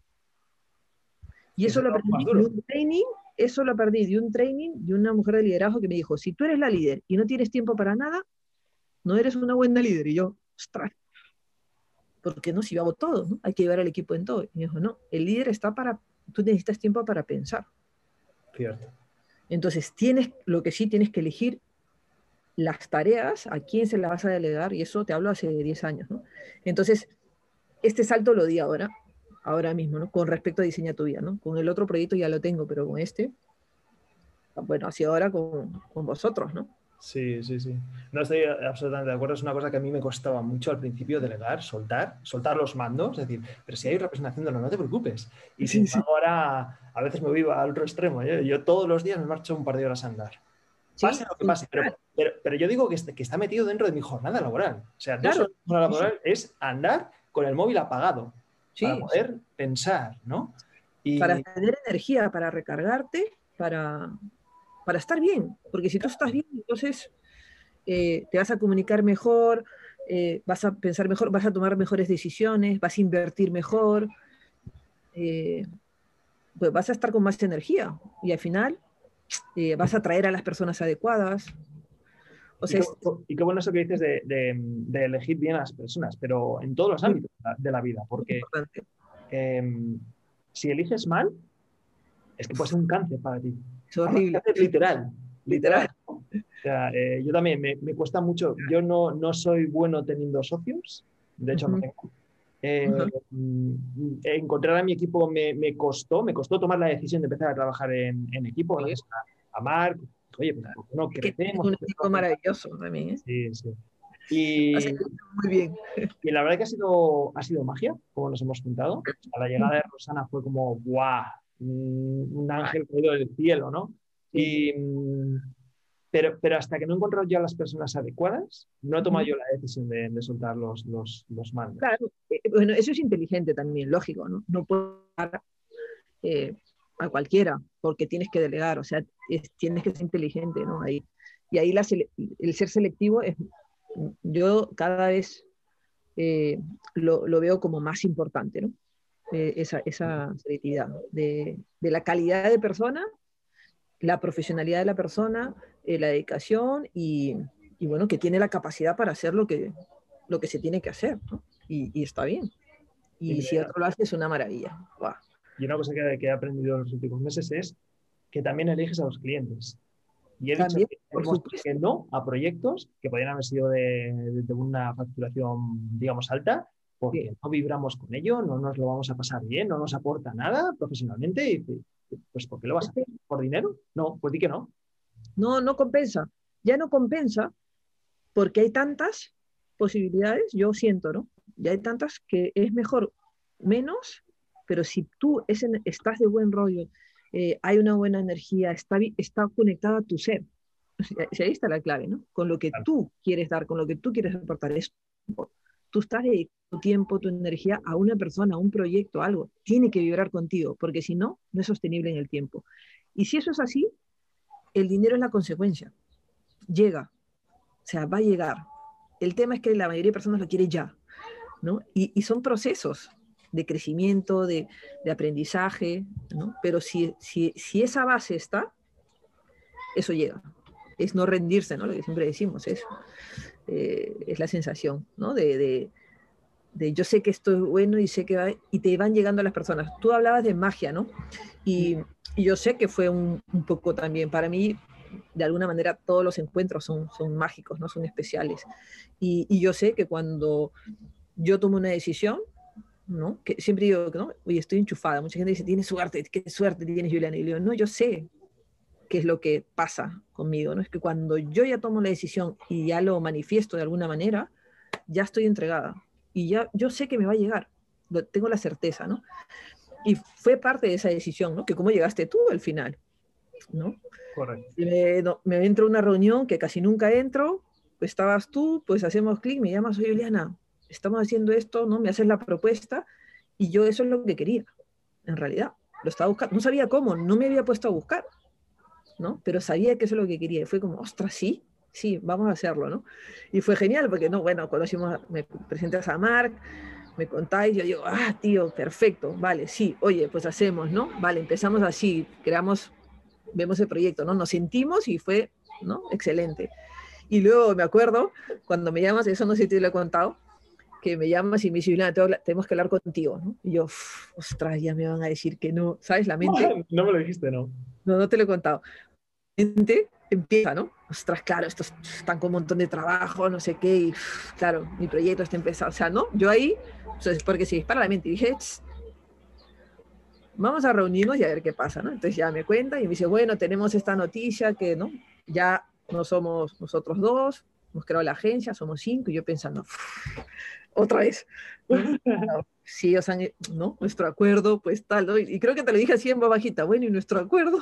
Y eso lo aprendí de un training, eso lo aprendí de un training de una mujer de liderazgo que me dijo, si tú eres la líder y no tienes tiempo para nada, no eres una buena líder. Y yo, ostras, porque no, si yo hago todo, ¿no? Hay que llevar al equipo en todo. Y me dijo, no, el líder está para, tú necesitas tiempo para pensar. Cierto. Entonces, tienes, lo que sí tienes que elegir las tareas, a quién se las vas a delegar, y eso te hablo hace diez años, ¿no? Entonces, este salto lo di ahora, ahora mismo, ¿no? Con respecto a Diseña tu Vida, ¿no? Con el otro proyecto ya lo tengo, pero con este, bueno, así ahora con, con vosotros, ¿no? Sí, sí, sí. No estoy absolutamente de acuerdo. Es una cosa que a mí me costaba mucho al principio delegar, soltar, soltar los mandos. Es decir, pero si hay representación de no, no te preocupes. Y sin sí, embargo, sí. Ahora a veces me voy al otro extremo. Yo, yo todos los días me marcho un par de horas a andar. Pase sí, lo que pase. Pero, pero, pero yo digo que, este, que está metido dentro de mi jornada laboral. O sea, dos claro, horas de jornada laboral sí. Es andar con el móvil apagado sí, para poder sí. pensar, ¿no? Y... Para tener energía, para recargarte, para, para estar bien. Porque si tú estás bien, entonces eh, te vas a comunicar mejor, eh, vas a pensar mejor, vas a tomar mejores decisiones, vas a invertir mejor, eh, pues vas a estar con más energía y al final eh, vas a atraer a las personas adecuadas. O sea, y, qué, es, y qué bueno eso que dices de, de, de, elegir bien a las personas, pero en todos los muy, ámbitos de la vida, porque importante. eh, si eliges mal, es que puede ser un cáncer para ti. Es horrible. Cáncer literal, literal. Literal. O sea, eh, yo también me, me, cuesta mucho. Yo no, no soy bueno teniendo socios, de hecho uh-huh. no tengo. Eh, uh-huh. Encontrar a mi equipo me, me costó, me costó tomar la decisión de empezar a trabajar en, en equipo, sí. Gracias a, a Marc. Oye, pues ¿por qué no crecemos? Es un equipo maravilloso también, ¿eh? Sí, sí. Y, Así que muy bien. Y la verdad que ha sido, ha sido magia, como nos hemos juntado. A la llegada de Rosana fue como, ¡guau! Un ángel caído del cielo, ¿no? Sí. Y, pero, pero hasta que no he encontrado ya las personas adecuadas, no he tomado uh-huh. yo la decisión de, de soltar los, los, los mandos. Claro, eh, bueno, eso es inteligente también, lógico, ¿no? No puedo dar eh, a cualquiera, porque tienes que delegar, o sea, es, tienes que ser inteligente, ¿no? Ahí, y ahí la, el ser selectivo es, yo cada vez eh, lo, lo, veo como más importante, ¿no? Eh, esa, esa selectividad, de, de la calidad de persona, la profesionalidad de la persona, eh, la dedicación y, y, bueno, que tiene la capacidad para hacer lo que, lo que se tiene que hacer, ¿no? Y, y está bien. Y, y si otro lo hace, es una maravilla. Wow. Y una cosa que, que he aprendido en los últimos meses es que también eliges a los clientes. Y he también, dicho que, hemos dicho que no a proyectos que podrían haber sido de, de una facturación, digamos, alta, porque sí. no vibramos con ello, no nos lo vamos a pasar bien, no nos aporta nada profesionalmente. Y, pues, ¿por qué lo vas a hacer? ¿Por dinero? No, pues di que no. No, no compensa. ya no compensa porque hay tantas posibilidades, yo siento, ¿no? Ya hay tantas que es mejor menos, pero si tú es en, estás de buen rollo, eh, hay una buena energía, está, está conectada a tu ser. O sea, ahí está la clave, ¿no? Con lo que Claro. tú quieres dar, con lo que tú quieres aportar. Es, tú estás dedicando tu tiempo, tu energía a una persona, a un proyecto, a algo. Tiene que vibrar contigo, porque si no, no es sostenible en el tiempo. Y si eso es así, el dinero es la consecuencia. Llega, o sea, va a llegar. El tema es que la mayoría de personas lo quiere ya, ¿no? Y, y son procesos de crecimiento, de, de aprendizaje, ¿no? Pero si, si, si esa base está, eso llega. Es no rendirse, ¿no? Lo que siempre decimos, es, eh, es la sensación, ¿no? De, de, de yo sé que esto es bueno y sé que va, y te van llegando las personas. Tú hablabas de magia, ¿no? Y, y yo sé que fue un, un poco también, para mí, de alguna manera todos los encuentros son, son mágicos, ¿no? Son especiales. Y, y yo sé que cuando yo tomo una decisión, ¿no? Que siempre digo, ¿no? Oye, estoy enchufada. Mucha gente dice, tienes suerte, qué suerte tienes, Juliana. Y yo digo, no, yo sé qué es lo que pasa conmigo, ¿no? Es que cuando yo ya tomo la decisión y ya lo manifiesto de alguna manera, ya estoy entregada. Y ya yo sé que me va a llegar. Lo, tengo la certeza, ¿no? Y fue parte de esa decisión, ¿no? Que cómo llegaste tú al final, ¿no? Correcto. Me, no, me entro a una reunión que casi nunca entro, pues estabas tú, pues hacemos clic, me llamas, soy Juliana, estamos haciendo esto, ¿no? Me haces la propuesta y yo eso es lo que quería, en realidad. Lo estaba buscando, no sabía cómo, no me había puesto a buscar, ¿no? Pero sabía que eso es lo que quería y fue como, ostras, sí, sí, vamos a hacerlo, ¿no? Y fue genial porque, no, bueno, conocimos, me presentas a Marc, me contáis, yo digo, ah, tío, perfecto, vale, sí, oye, pues hacemos, ¿no? Vale, empezamos así, creamos, vemos el proyecto, ¿no? Nos sentimos y fue, ¿no? Excelente. Y luego me acuerdo, cuando me llamas, eso no sé si te lo he contado, que me llamas y me dices, Juliana, tenemos que hablar contigo, ¿no? Y yo, ostras, ya me van a decir que no, ¿sabes? La mente, No me lo dijiste, ¿no? no, no te lo he contado. La mente empieza, ¿no? Ostras, claro, estos están con un montón de trabajo, no sé qué, y claro, mi proyecto está empezando, o sea, ¿no? Yo ahí, o sea, porque se dispara la mente, y dije, vamos a reunirnos y a ver qué pasa, ¿no? Entonces ya me cuenta y me dice, bueno, tenemos esta noticia que, ¿no? Ya no somos nosotros dos, hemos creado la agencia, somos cinco, y yo pensando, otra vez, ¿no? Sí, o sea, ¿no? Nuestro acuerdo, pues tal, ¿no? Y creo que te lo dije así en voz bajita, bueno, y nuestro acuerdo,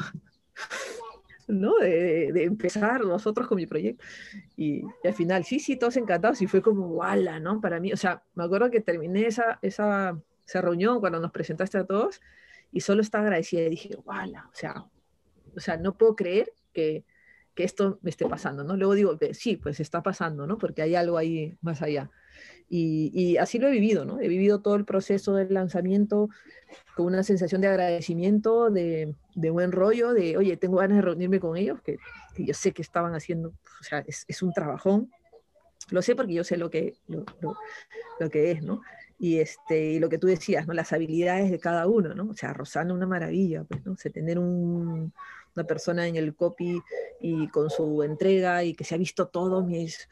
¿no? De, de empezar nosotros con mi proyecto. Y, y al final, sí, sí, todos encantados, y fue como, ¡wala!, ¿no? Para mí, o sea, me acuerdo que terminé esa, esa, esa reunión cuando nos presentaste a todos, y solo estaba agradecida, y dije, ¡wala! O sea, o sea, no puedo creer que, que esto me esté pasando, ¿no? Luego digo, sí, pues está pasando, ¿no? Porque hay algo ahí más allá. Y, y así lo he vivido, ¿no? He vivido todo el proceso del lanzamiento con una sensación de agradecimiento, de, de buen rollo, de, oye, tengo ganas de reunirme con ellos, que, que yo sé que estaban haciendo, o sea, es, es un trabajón. Lo sé porque yo sé lo que, lo, lo, lo que es, ¿no? Y, este, y lo que tú decías, ¿no? Las habilidades de cada uno, ¿no? O sea, Rosana, una maravilla, pues, ¿no? O sea, tener un, una persona en el copy y con su entrega y que se ha visto todo mis,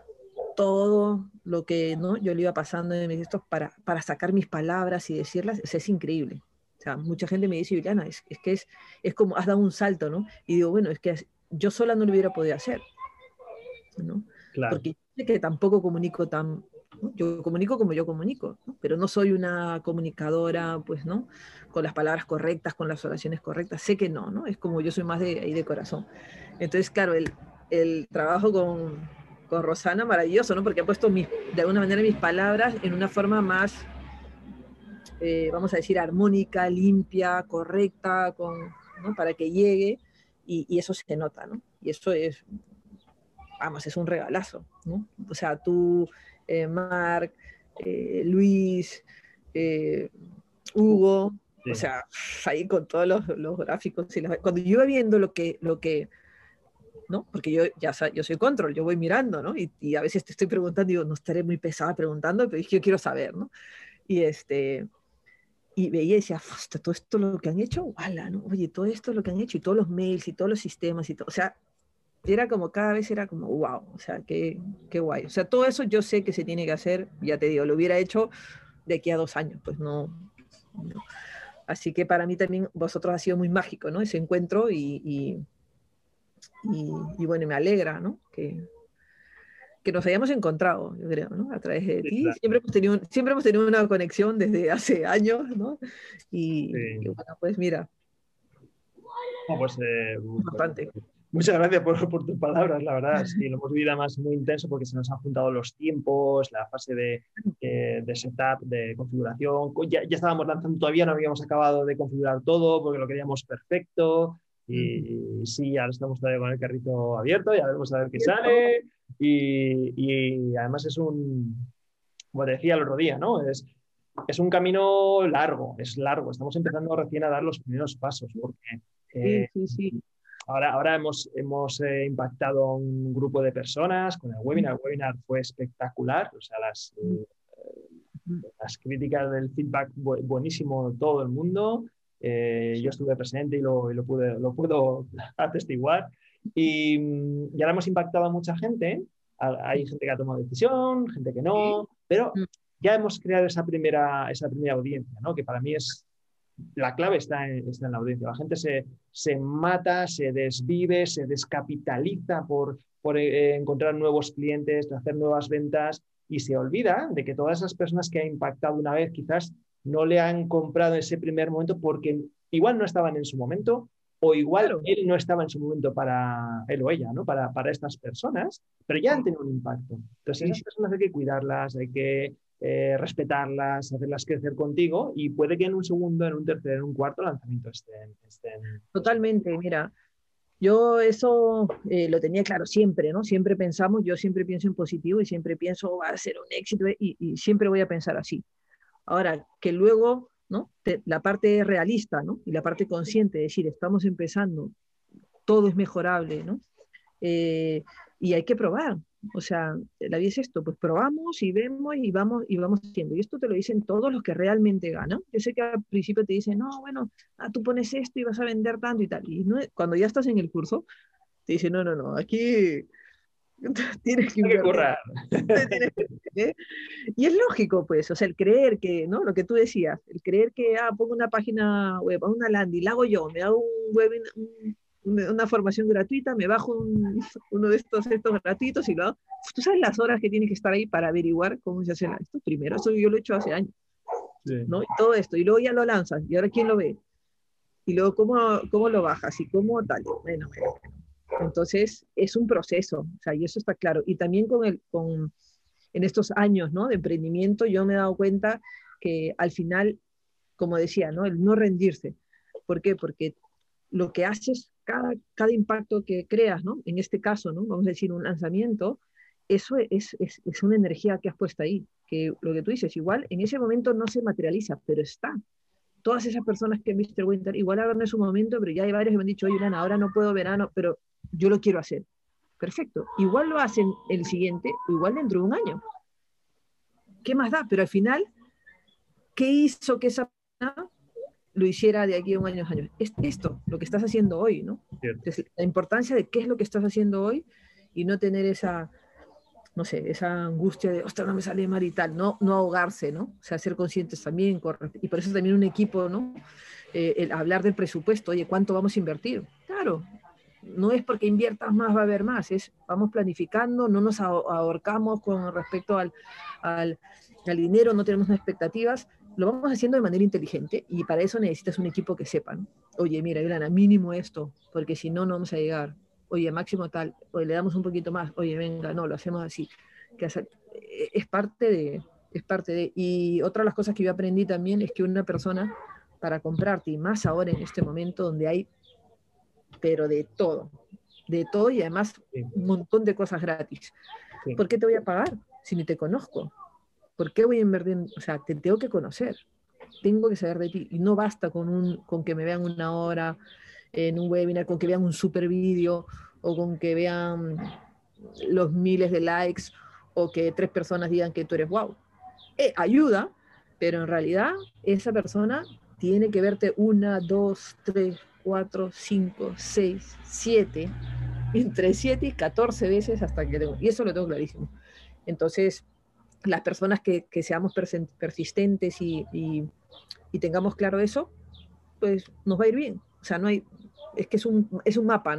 todo lo que, ¿no? Yo le iba pasando en mis textos para, para sacar mis palabras y decirlas, o sea, es increíble. O sea, mucha gente me dice, Juliana, es, es que es, es como, has dado un salto, ¿no? Y digo, bueno, es que yo sola no lo hubiera podido hacer, ¿no? Claro. Porque yo sé que tampoco comunico tan, ¿no? Yo comunico como yo comunico, ¿no? Pero no soy una comunicadora, pues, ¿no? Con las palabras correctas, con las oraciones correctas, sé que no, ¿no? Es como yo soy más de, ahí de corazón. Entonces, claro, el, el trabajo con, con Rosana, maravilloso, ¿no? Porque ha puesto mis, de alguna manera mis palabras en una forma más, eh, vamos a decir, armónica, limpia, correcta, con, ¿no? Para que llegue, y, y eso se nota, ¿no? Y eso es, vamos, es un regalazo, ¿no? O sea, tú, eh, Marc, eh, Luis, eh, Hugo, sí. O sea, ahí con todos los, los gráficos. Y las, cuando yo iba viendo lo que, lo que, ¿no? Porque yo ya yo soy control, yo voy mirando, ¿no? Y, y a veces te estoy preguntando, digo, no estaré muy pesada preguntando, pero es que yo quiero saber, ¿no? Y este... Y veía y decía, todo esto lo que han hecho, ¡wala!, ¿no? Oye, todo esto lo que han hecho, y todos los mails, y todos los sistemas, y todo, o sea, era como, cada vez era como, wow, o sea, qué, qué guay. O sea, todo eso yo sé que se tiene que hacer, ya te digo, lo hubiera hecho de aquí a dos años, pues no. no. Así que para mí también vosotros ha sido muy mágico, ¿no? Ese encuentro y, y, y, y bueno, me alegra, ¿no? Que, que nos hayamos encontrado, yo creo, ¿no? A través de Sí, ti. claro. Siempre hemos tenido, siempre hemos tenido una conexión desde hace años, ¿no? Y, y Sí. bueno, pues mira, No, pues, eh, pues, importante. muchas gracias por, por, tus palabras, la verdad. Sí, lo hemos vivido además muy intenso porque se nos han juntado los tiempos, la fase de, eh, de setup, de configuración. Ya, ya estábamos lanzando, todavía no habíamos acabado de configurar todo porque lo queríamos perfecto. Y, y sí, ahora estamos todavía con el carrito abierto, ya veremos a ver qué sale. Y, y además es un, como te decía el otro día, ¿no? Es, es un camino largo, es largo. Estamos empezando recién a dar los primeros pasos porque Sí, eh, sí, sí. ahora, ahora hemos, hemos eh, impactado a un grupo de personas con el webinar. El webinar fue espectacular, o sea, las, eh, las críticas del feedback bu buenísimo todo el mundo. Eh, yo estuve presente y lo, y lo, pude, lo puedo atestiguar. Y, y ahora hemos impactado a mucha gente. Hay gente que ha tomado decisión, gente que no, pero ya hemos creado esa primera, esa primera audiencia, ¿no? Que para mí es la clave está en, está en la audiencia. La gente se, se mata, se desvive, se descapitaliza por, por eh, encontrar nuevos clientes, hacer nuevas ventas y se olvida de que todas esas personas que ha impactado una vez quizás no le han comprado en ese primer momento porque igual no estaban en su momento o igual Claro. él no estaba en su momento para él o ella, ¿no? Para, para estas personas, pero ya han tenido un impacto. Entonces, esas personas hay que cuidarlas, hay que eh, respetarlas, hacerlas crecer contigo y puede que en un segundo, en un tercer, en un cuarto lanzamiento estén... estén Totalmente, mira, yo eso eh, lo tenía claro siempre, ¿no? Siempre pensamos, yo siempre pienso en positivo y siempre pienso va a ser un éxito y, y siempre voy a pensar así. Ahora, que luego, ¿no? Te, la parte realista, ¿no? Y la parte consciente, es decir, estamos empezando, todo es mejorable, ¿no? Eh, y hay que probar. O sea, la vida es esto, pues probamos y vemos y vamos y vamos haciendo. Y esto te lo dicen todos los que realmente ganan. Yo sé que al principio te dicen, no, bueno, ah, tú pones esto y vas a vender tanto y tal. Y no, cuando ya estás en el curso, te dicen, no, no, no, aquí tienes que hay que invertir. currar. Tienes que, ¿eh? Y es lógico, pues, o sea, el creer que, ¿no? Lo que tú decías, el creer que, ah, pongo una página web, una landing, la hago yo, me hago un web, un, una formación gratuita, me bajo un, uno de estos, estos gratuitos y lo hago. Tú sabes las horas que tienes que estar ahí para averiguar cómo se hace esto. Primero, eso yo lo he hecho hace años, Sí. ¿no? Y todo esto, y luego ya lo lanzas, y ahora ¿quién lo ve? Y luego, ¿cómo, cómo lo bajas? Y cómo tal. Bueno, bueno. Entonces, es un proceso, o sea, y eso está claro. Y también con el, con, en estos años, ¿no? De emprendimiento, yo me he dado cuenta que al final, como decía, ¿no? El no rendirse. ¿Por qué? Porque lo que haces, cada, cada impacto que creas, ¿no? En este caso, ¿no? Vamos a decir un lanzamiento, eso es, es, es una energía que has puesto ahí, que lo que tú dices, igual en ese momento no se materializa, pero está. Todas esas personas que han visto el Winter, igual ahora no es su momento, pero ya hay varios que me han dicho, oye, Lana, ahora no puedo verano, pero yo lo quiero hacer. Perfecto. Igual lo hacen el siguiente, o igual dentro de un año. ¿Qué más da? Pero al final, ¿qué hizo que esa persona lo hiciera de aquí a un año, dos años? Es esto, lo que estás haciendo hoy, ¿no? Entonces, la importancia de qué es lo que estás haciendo hoy y no tener esa, no sé, esa angustia de, ostras, no me sale mal y tal, no, no ahogarse, ¿no? O sea, ser conscientes también, y por eso también un equipo, ¿no? Eh, el hablar del presupuesto, oye, ¿cuánto vamos a invertir? Claro, no es porque inviertas más va a haber más, es vamos planificando, no nos ahorcamos con respecto al, al, al dinero, no tenemos expectativas, lo vamos haciendo de manera inteligente y para eso necesitas un equipo que sepan, oye, mira, Ilana, mínimo esto, porque si no, no vamos a llegar. Oye, máximo tal, oye, le damos un poquito más, oye, venga, no, lo hacemos así. Que hace, es parte de, es parte de, y otra de las cosas que yo aprendí también es que una persona, para comprarte, y más ahora en este momento donde hay, pero de todo, de todo y además Sí. un montón de cosas gratis. Sí. ¿Por qué te voy a pagar si ni te conozco? ¿Por qué voy a invertir? O sea, te tengo que conocer, tengo que saber de ti, y no basta con, un, con que me vean una hora en un webinar, con que vean un super vídeo o con que vean los miles de likes o que tres personas digan que tú eres wow. Eh, ayuda, pero en realidad esa persona tiene que verte una, dos, tres, cuatro, cinco, seis, siete, entre siete y catorce veces hasta que tengo, y eso lo tengo clarísimo. Entonces, las personas que, que seamos persistentes y, y, y tengamos claro eso, pues nos va a ir bien. O sea, no hay, es que es un, es un mapa, ¿no?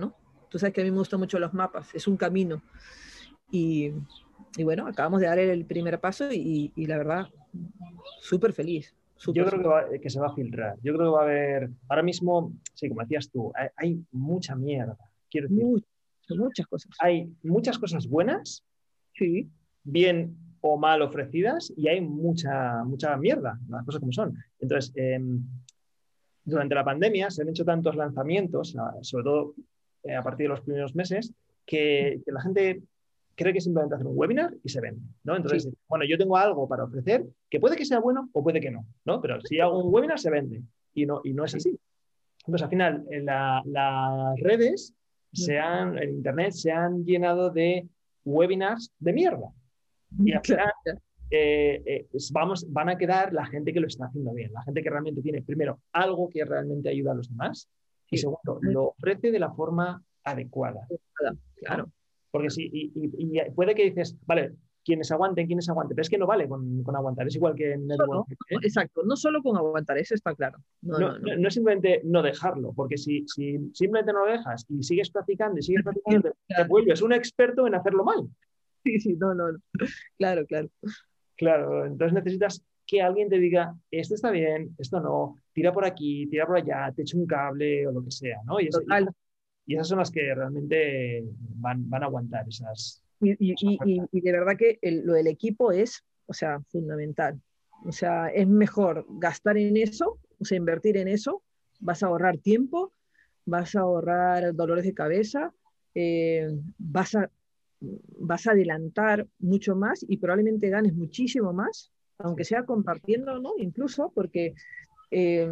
Tú sabes que a mí me gustan mucho los mapas, es un camino. Y, y bueno, acabamos de dar el primer paso y, y la verdad, súper feliz. Yo Súper, creo que, súper. va- que se va a filtrar. Yo creo que va a haber, ahora mismo, sí, como decías tú, hay, hay mucha mierda. Quiero decir, Muchas, muchas cosas. hay muchas cosas buenas, Sí, bien o mal ofrecidas, y hay mucha, mucha mierda, las cosas como son. Entonces, eh, durante la pandemia se han hecho tantos lanzamientos, a- sobre todo eh, a partir de los primeros meses, que, que la gente cree que simplemente hacer un webinar y se vende, ¿no? sí, Entonces, bueno, yo tengo algo para ofrecer que puede que sea bueno o puede que no, ¿no? Pero si hago un webinar se vende y no, y no es sí. así. Entonces, al final, en la- las redes, se han, en Internet, se han llenado de webinars de mierda. Y al Claro, final, claro. eh, eh, pues vamos, van a quedar la gente que lo está haciendo bien, la gente que realmente tiene, primero, algo que realmente ayuda a los demás y Sí, segundo, muy lo ofrece de la forma adecuada, nada, ¿no? claro. Porque si, y, y- y puede que dices, vale, quienes aguanten, quienes aguanten, pero es que no vale con, con aguantar, es igual que en Solo, networking, no, ¿eh? exacto, no solo con aguantar, eso está claro. No, No, no, no. no, no es simplemente no dejarlo, porque si, si simplemente no lo dejas y sigues practicando y sigues practicando, te, te Claro, vuelves un experto en hacerlo mal. sí, sí, no, no, no. Claro, claro. Claro, entonces necesitas que alguien te diga, esto está bien, esto no, tira por aquí, tira por allá, te echo un cable o lo que sea, ¿no? Y, ese- y Total. esas, y esas son las que realmente van, van a aguantar esas, Y, y, esas y, ofertas. y- y de verdad que el- lo del equipo es, o sea, fundamental. O sea, es mejor gastar en eso, o sea, invertir en eso, vas a ahorrar tiempo, vas a ahorrar dolores de cabeza, eh, vas a, vas a adelantar mucho más y probablemente ganes muchísimo más, Sí, aunque sea compartiendo, ¿no? Incluso porque, eh,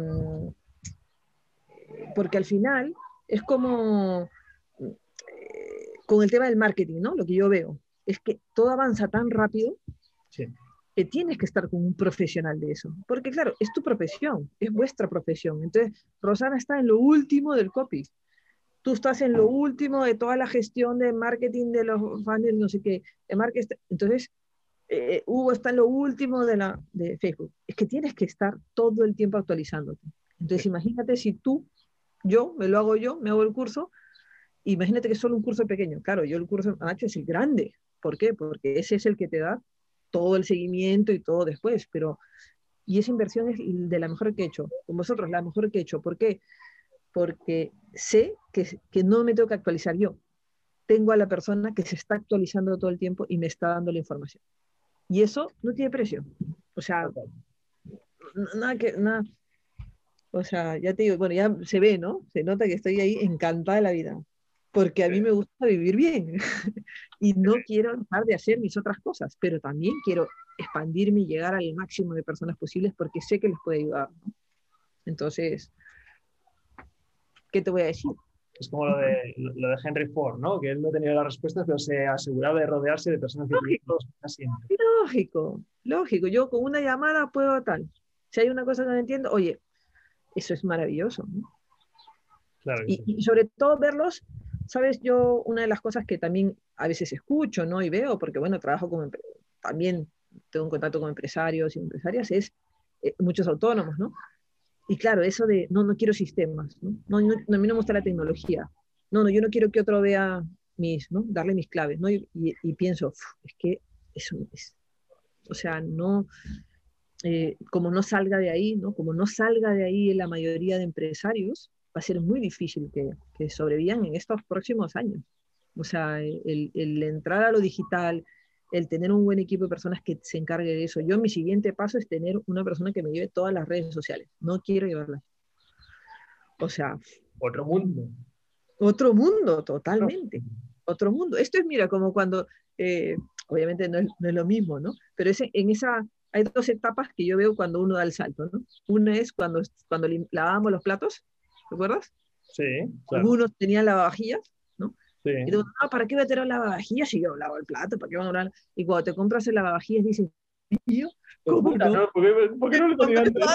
porque al final es como eh, con el tema del marketing, ¿no? Lo que yo veo es que todo avanza tan rápido sí, que tienes que estar con un profesional de eso. Porque claro, es tu profesión, es vuestra profesión. Entonces, Rosana está en lo último del copy. Tú estás en lo último de toda la gestión de marketing de los fans, no sé qué, de marketing. Entonces, eh, Hugo está en lo último de, la, de Facebook. Es que tienes que estar todo el tiempo actualizándote. sí, Entonces, imagínate si tú, yo, me lo hago yo, me hago el curso, imagínate que es solo un curso pequeño. Claro, yo el curso Nacho es el grande. ¿Por qué? Porque ese es el que te da todo el seguimiento y todo después. Pero, y esa inversión es de la mejor que he hecho. Con vosotros, la mejor que he hecho. ¿Por qué? Porque sé que, que no me tengo que actualizar yo. Tengo a la persona que se está actualizando todo el tiempo y me está dando la información. Y eso no tiene precio. O sea, total. nada que, nada. O sea, ya te digo, bueno, ya se ve, ¿no? Se nota que estoy ahí encantada de la vida. Porque a Sí, mí me gusta vivir bien. Y no quiero dejar de hacer mis otras cosas, pero también quiero expandirme y llegar al máximo de personas posibles porque sé que les puede ayudar, ¿no? Entonces, ¿qué te voy a decir? es como lo de, lo de Henry Ford, ¿no? Que él no tenía las respuestas, pero se aseguraba de rodearse de personas que tuvieran las Lógico, respuestas siempre. lógico, lógico. Yo con una llamada puedo tal. Si hay una cosa que no entiendo, oye, eso es maravilloso, ¿no? Claro que Y, sí. y sobre todo verlos, sabes, yo una de las cosas que también a veces escucho, ¿no? Y veo, porque bueno, trabajo con, también tengo un contacto con empresarios y empresarias, es eh, muchos autónomos, ¿no? Y claro, eso de, no, no quiero sistemas, ¿no? No, no, a mí no me gusta la tecnología. No, no, yo no quiero que otro vea mis, ¿no? Darle mis claves, ¿no? Y, y, y pienso, "Uf, es que eso es, o sea, no, eh, como no salga de ahí, ¿no? Como no salga de ahí la mayoría de empresarios, va a ser muy difícil que, que sobrevivan en estos próximos años. O sea, el, el entrar a lo digital, el tener un buen equipo de personas que se encargue de eso. Yo mi siguiente paso es tener una persona que me lleve todas las redes sociales. No quiero llevarlas. O sea, Otro mundo. otro mundo No. totalmente. Otro mundo. Esto es, mira, como cuando, eh, obviamente no es, no es, lo mismo, ¿no? Pero ese, en esa, hay dos etapas que yo veo cuando uno da el salto, ¿no? Una es cuando, cuando lavábamos los platos, ¿te acuerdas? Sí, claro. Algunos tenían lavavajillas, ¿no? Sí. Y digo, no, ¿para qué voy a tener lavavajillas si yo lavo el plato? ¿Para qué van a hablar? Y cuando te compras el lavavajillas dices, ¿yo? Pues ¿Cómo puta, no? ¿no? ¿Por qué, por qué no lo tenía antes?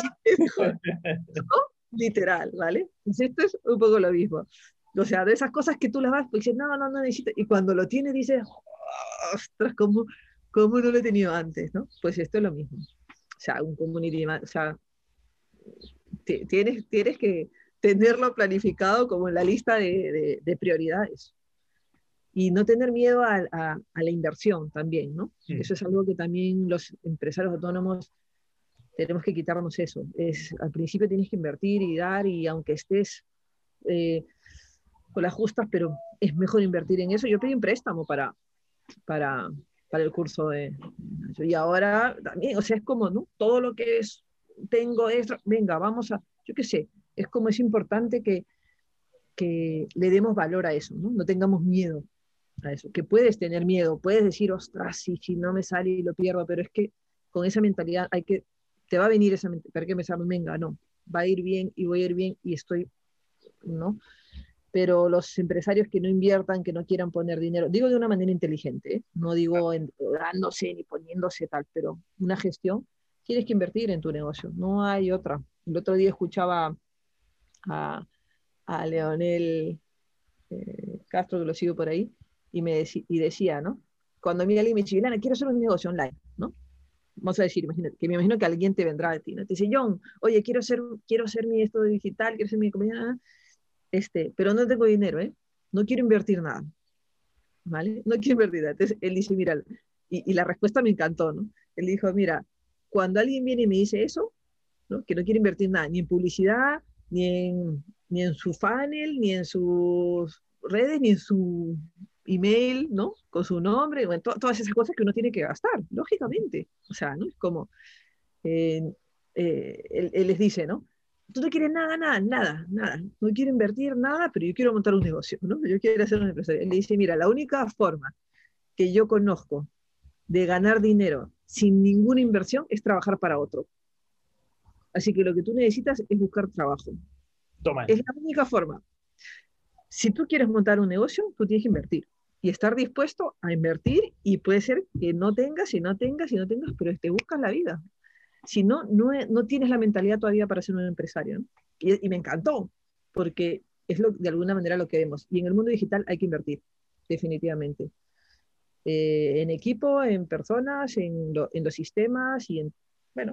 Literal, ¿vale? Entonces esto es un poco lo mismo. O sea, de esas cosas que tú las vas, pues dices, no, no, no necesito. Y cuando lo tienes, dices, ostras, ¿cómo, ¿cómo no lo he tenido antes? ¿No? Pues esto es lo mismo. O sea, un community, o sea, tienes, tienes que, tenerlo planificado como en la lista de, de, de prioridades. Y no tener miedo a, a, a la inversión también, ¿no? Sí. Eso es algo que también los empresarios autónomos tenemos que quitarnos eso. Es, al principio tienes que invertir y dar, y aunque estés eh, con las justas, pero es mejor invertir en eso. Yo pedí un préstamo para, para, para el curso de... Y ahora también, o sea, es como, ¿no? Todo lo que es, tengo extra, venga, vamos a... Yo qué sé, es como es importante que, que le demos valor a eso, ¿no? No tengamos miedo a eso, que puedes tener miedo, puedes decir, ostras, si, si no me sale y lo pierdo, pero es que con esa mentalidad hay que, te va a venir esa mentalidad, ¿para qué me sale? Venga, no, va a ir bien y voy a ir bien y estoy, ¿no? Pero los empresarios que no inviertan, que no quieran poner dinero, digo de una manera inteligente, ¿eh? No digo endeudándose ni poniéndose tal, pero una gestión, tienes que invertir en tu negocio, no hay otra. El otro día escuchaba a, a Leonel eh, Castro, que lo sigo por ahí, y, me dec y decía, ¿no? Cuando a mí alguien me dice, Ilana, quiero hacer un negocio online, ¿no? Vamos a decir, imagínate, que me imagino que alguien te vendrá de ti, ¿no? Te dice, John, oye, quiero hacer, quiero hacer mi esto digital, quiero hacer mi compañía, este, pero no tengo dinero, ¿eh? No quiero invertir nada, ¿vale? No quiero invertir nada. Entonces, él dice, mira, y, y la respuesta me encantó, ¿no? Él dijo, mira, cuando alguien viene y me dice eso, ¿no? Que no quiere invertir nada, ni en publicidad, ni en, ni en su funnel, ni en sus redes, ni en su email, ¿no? Con su nombre, bueno, to todas esas cosas que uno tiene que gastar, lógicamente. O sea, ¿no? Es como, eh, eh, él, él les dice, ¿no? Tú no quieres nada, nada, nada, nada. No quiero invertir nada, pero yo quiero montar un negocio, ¿no? Yo quiero hacer una empresa. Él le dice, mira, la única forma que yo conozco de ganar dinero sin ninguna inversión es trabajar para otro. Así que lo que tú necesitas es buscar trabajo. Toma. Es la única forma. Si tú quieres montar un negocio, tú tienes que invertir y estar dispuesto a invertir, y puede ser que no tengas, y no tengas, y no tengas, pero te buscas la vida. Si no, no, no tienes la mentalidad todavía para ser un empresario, ¿no? Y, y me encantó, porque es lo, de alguna manera lo que vemos. Y en el mundo digital hay que invertir, definitivamente. Eh, en equipo, en personas, en, lo, en los sistemas, y en, bueno,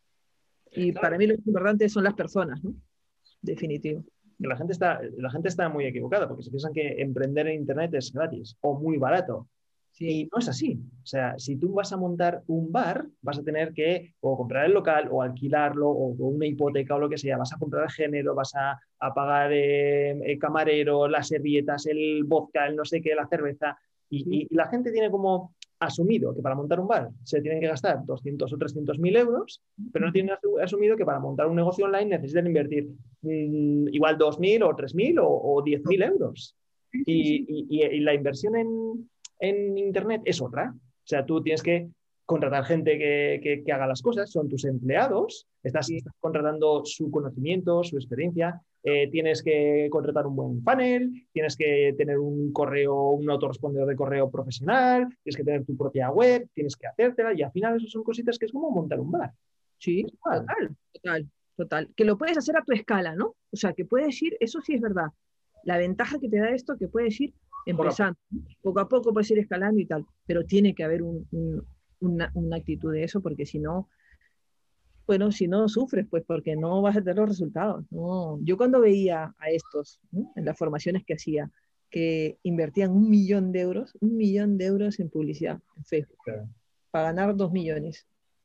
y claro, para mí lo importante son las personas, ¿no? Definitivo. La gente, está, la gente está muy equivocada porque se piensan que emprender en Internet es gratis o muy barato. Sí. Y no es así. O sea, si tú vas a montar un bar, vas a tener que o comprar el local o alquilarlo o, o una hipoteca o lo que sea. Vas a comprar el género, vas a, a pagar eh, el camarero, las servilletas, el vodka, el no sé qué, la cerveza. Y, sí. y, y la gente tiene como asumido que para montar un bar se tienen que gastar doscientos o trescientos mil euros, pero no tienen asumido que para montar un negocio online necesitan invertir mmm, igual dos mil o tres mil o, o diez mil euros. Y, y, y la inversión en, en Internet es otra. O sea, tú tienes que contratar gente que, que, que haga las cosas, son tus empleados, estás, sí. estás contratando su conocimiento, su experiencia, eh, tienes que contratar un buen panel, tienes que tener un correo, un autorrespondedor de correo profesional, tienes que tener tu propia web, tienes que hacértela, y al final eso son cositas que es como montar un bar. Sí, total, total, total. Que lo puedes hacer a tu escala, ¿no? O sea, que puedes ir, eso sí es verdad. La ventaja que te da esto, que puedes ir empezando, poco a poco puedes ir escalando y tal, pero tiene que haber un, un, una, una actitud de eso, porque si no, bueno, si no sufres, pues porque no vas a tener los resultados. No. Yo cuando veía a estos, ¿no? En las formaciones que hacía, que invertían un millón de euros, un millón de euros en publicidad, en Facebook, claro, para ganar dos millones.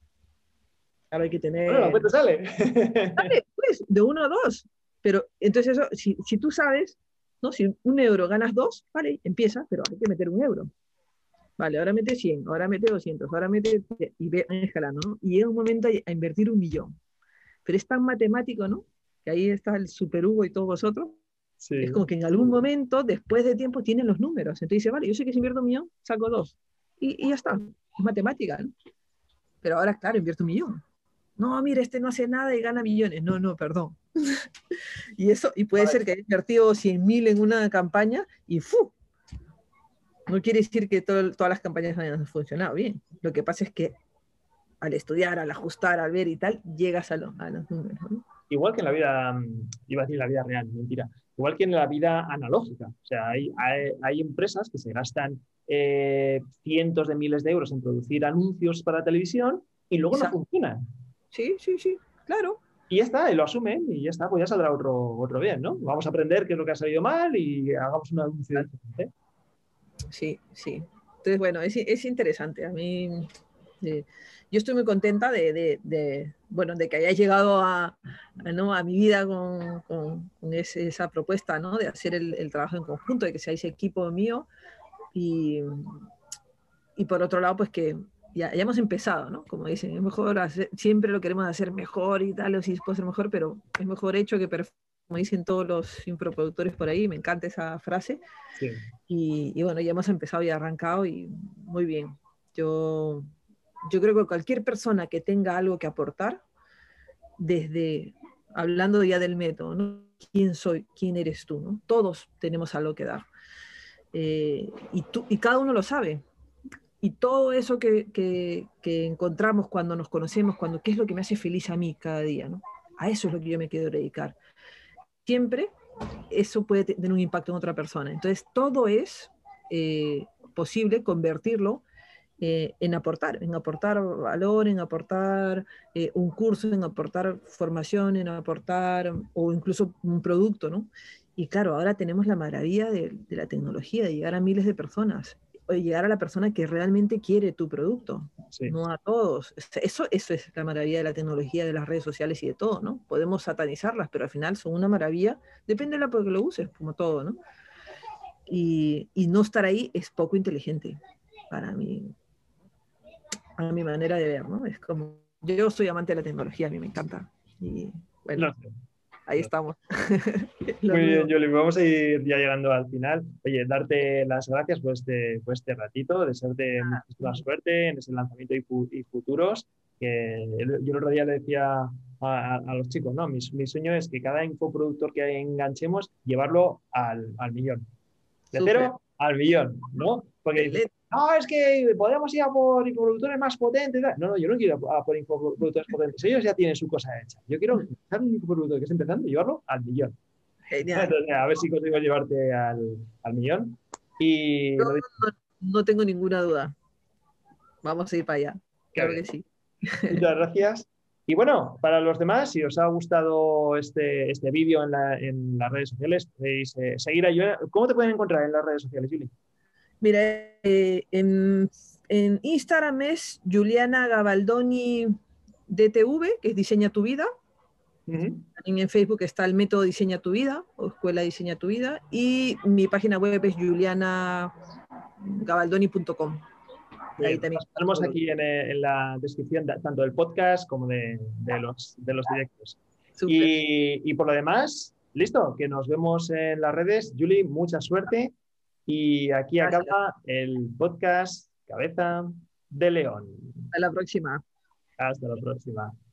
Ahora hay que tener... Bueno, ¿cuánto sale? Sale, pues, de uno a dos. Pero entonces eso, si, si tú sabes, ¿no? Si un euro ganas dos, vale, empieza, pero hay que meter un euro. Vale, ahora mete cien, ahora mete doscientos, ahora mete... y ve escalando, ¿no? Y llega un momento a, a invertir un millón. Pero es tan matemático, ¿no? Que ahí está el Super Hugo y todos vosotros. Sí. Es como que en algún momento, después de tiempo, tienen los números. Entonces dice, vale, yo sé que si invierto un millón, saco dos. Y, y ya está. Es matemática, ¿no? Pero ahora, claro, invierto un millón. No, mira, este no hace nada y gana millones. No, no, perdón. y eso, y puede vale. ser que haya invertido cien mil en una campaña y ¡fu! No quiere decir que todo, todas las campañas hayan funcionado bien. Lo que pasa es que al estudiar, al ajustar, al ver y tal, llegas a, lo, a los números, ¿no? Igual que en la vida, iba a decir la vida real, mentira, igual que en la vida analógica. O sea, hay, hay, hay empresas que se gastan eh, cientos de miles de euros en producir anuncios para televisión y luego Exacto. no funcionan. Sí, sí, sí, claro. y ya está, y lo asumen y ya está, pues ya saldrá otro, otro bien, ¿no? Vamos a aprender qué es lo que ha salido mal y hagamos una evolución diferente. Sí, sí. Entonces, bueno, es, es interesante. A mí, eh, yo estoy muy contenta de, de, de, bueno, de que hayas llegado a, a, ¿no? a mi vida con, con, con ese, esa propuesta, ¿no? De hacer el, el, trabajo en conjunto, de que seáis equipo mío. Y, y por otro lado, pues que ya, ya hemos empezado, ¿no? Como dicen, es mejor hacer, siempre lo queremos hacer mejor y tal, o si puede ser mejor, pero es mejor hecho que perfecto, como dicen todos los infoproductores por ahí, me encanta esa frase. Sí. Y, y bueno, ya hemos empezado y arrancado y muy bien. Yo, yo creo que cualquier persona que tenga algo que aportar, desde, hablando ya del método, ¿no? ¿Quién soy? ¿Quién eres tú? ¿No? Todos tenemos algo que dar. Eh, y, tú, y cada uno lo sabe. Y todo eso que, que, que encontramos cuando nos conocemos, cuando qué es lo que me hace feliz a mí cada día, ¿no? A eso es lo que yo me quiero dedicar. Siempre eso puede tener un impacto en otra persona. Entonces, todo es eh, posible convertirlo eh, en aportar, en aportar valor, en aportar eh, un curso, en aportar formación, en aportar o incluso un producto, ¿no? Y claro, ahora tenemos la maravilla de, de la tecnología, de llegar a miles de personas, o de llegar a la persona que realmente quiere tu producto, Sí. no a todos. Eso, eso es la maravilla de la tecnología, de las redes sociales y de todo, ¿no? Podemos satanizarlas, pero al final son una maravilla, depende de la porque lo uses, como todo, ¿no? Y, y no estar ahí es poco inteligente para mí, a mi manera de ver, ¿no? Es como, yo soy amante de la tecnología, a mí me encanta. Y bueno, No sé. ahí No. estamos. Muy bien, Yoli, vamos a ir ya llegando al final. Oye, darte las gracias por este, por este ratito, desearte muchísima suerte en ese lanzamiento y, fu y futuros. Que yo el otro día le decía a, a, a los chicos, ¿no? Mi, mi sueño es que cada infoproductor que enganchemos, llevarlo al, al millón. De Súper. cero al millón, ¿no? Porque dices, no, es que podemos ir a por infoproductores más potentes. No, no, yo no quiero ir a por infoproductores potentes. Ellos ya tienen su cosa hecha. Yo quiero empezar un infoproductor que esté empezando y llevarlo al millón. Genial. Entonces, a ver si conseguimos llevarte al, al millón. Y No, lo dicho, no, no tengo ninguna duda. Vamos a ir para allá. qué Claro bien. que sí. Muchas gracias. Y bueno, para los demás, si os ha gustado este, este vídeo en, la, en las redes sociales, podéis eh, seguir a Juliana. ¿Cómo te pueden encontrar en las redes sociales, Juli? Mira, eh, en, en Instagram es Juliana Gabaldoni D T V, que es Diseña tu Vida. Uh-huh. En Facebook está el método Diseña tu Vida o Escuela Diseña tu Vida. Y mi página web es juliana gabaldoni punto com. Ahí también. Tenemos aquí en, en, la descripción de, tanto del podcast como de, de, los, de los directos. Y, y por lo demás, listo, que nos vemos en las redes. Juli, mucha suerte. Y aquí Gracias. Acaba el podcast Cabeza de León. Hasta la próxima. Hasta la próxima.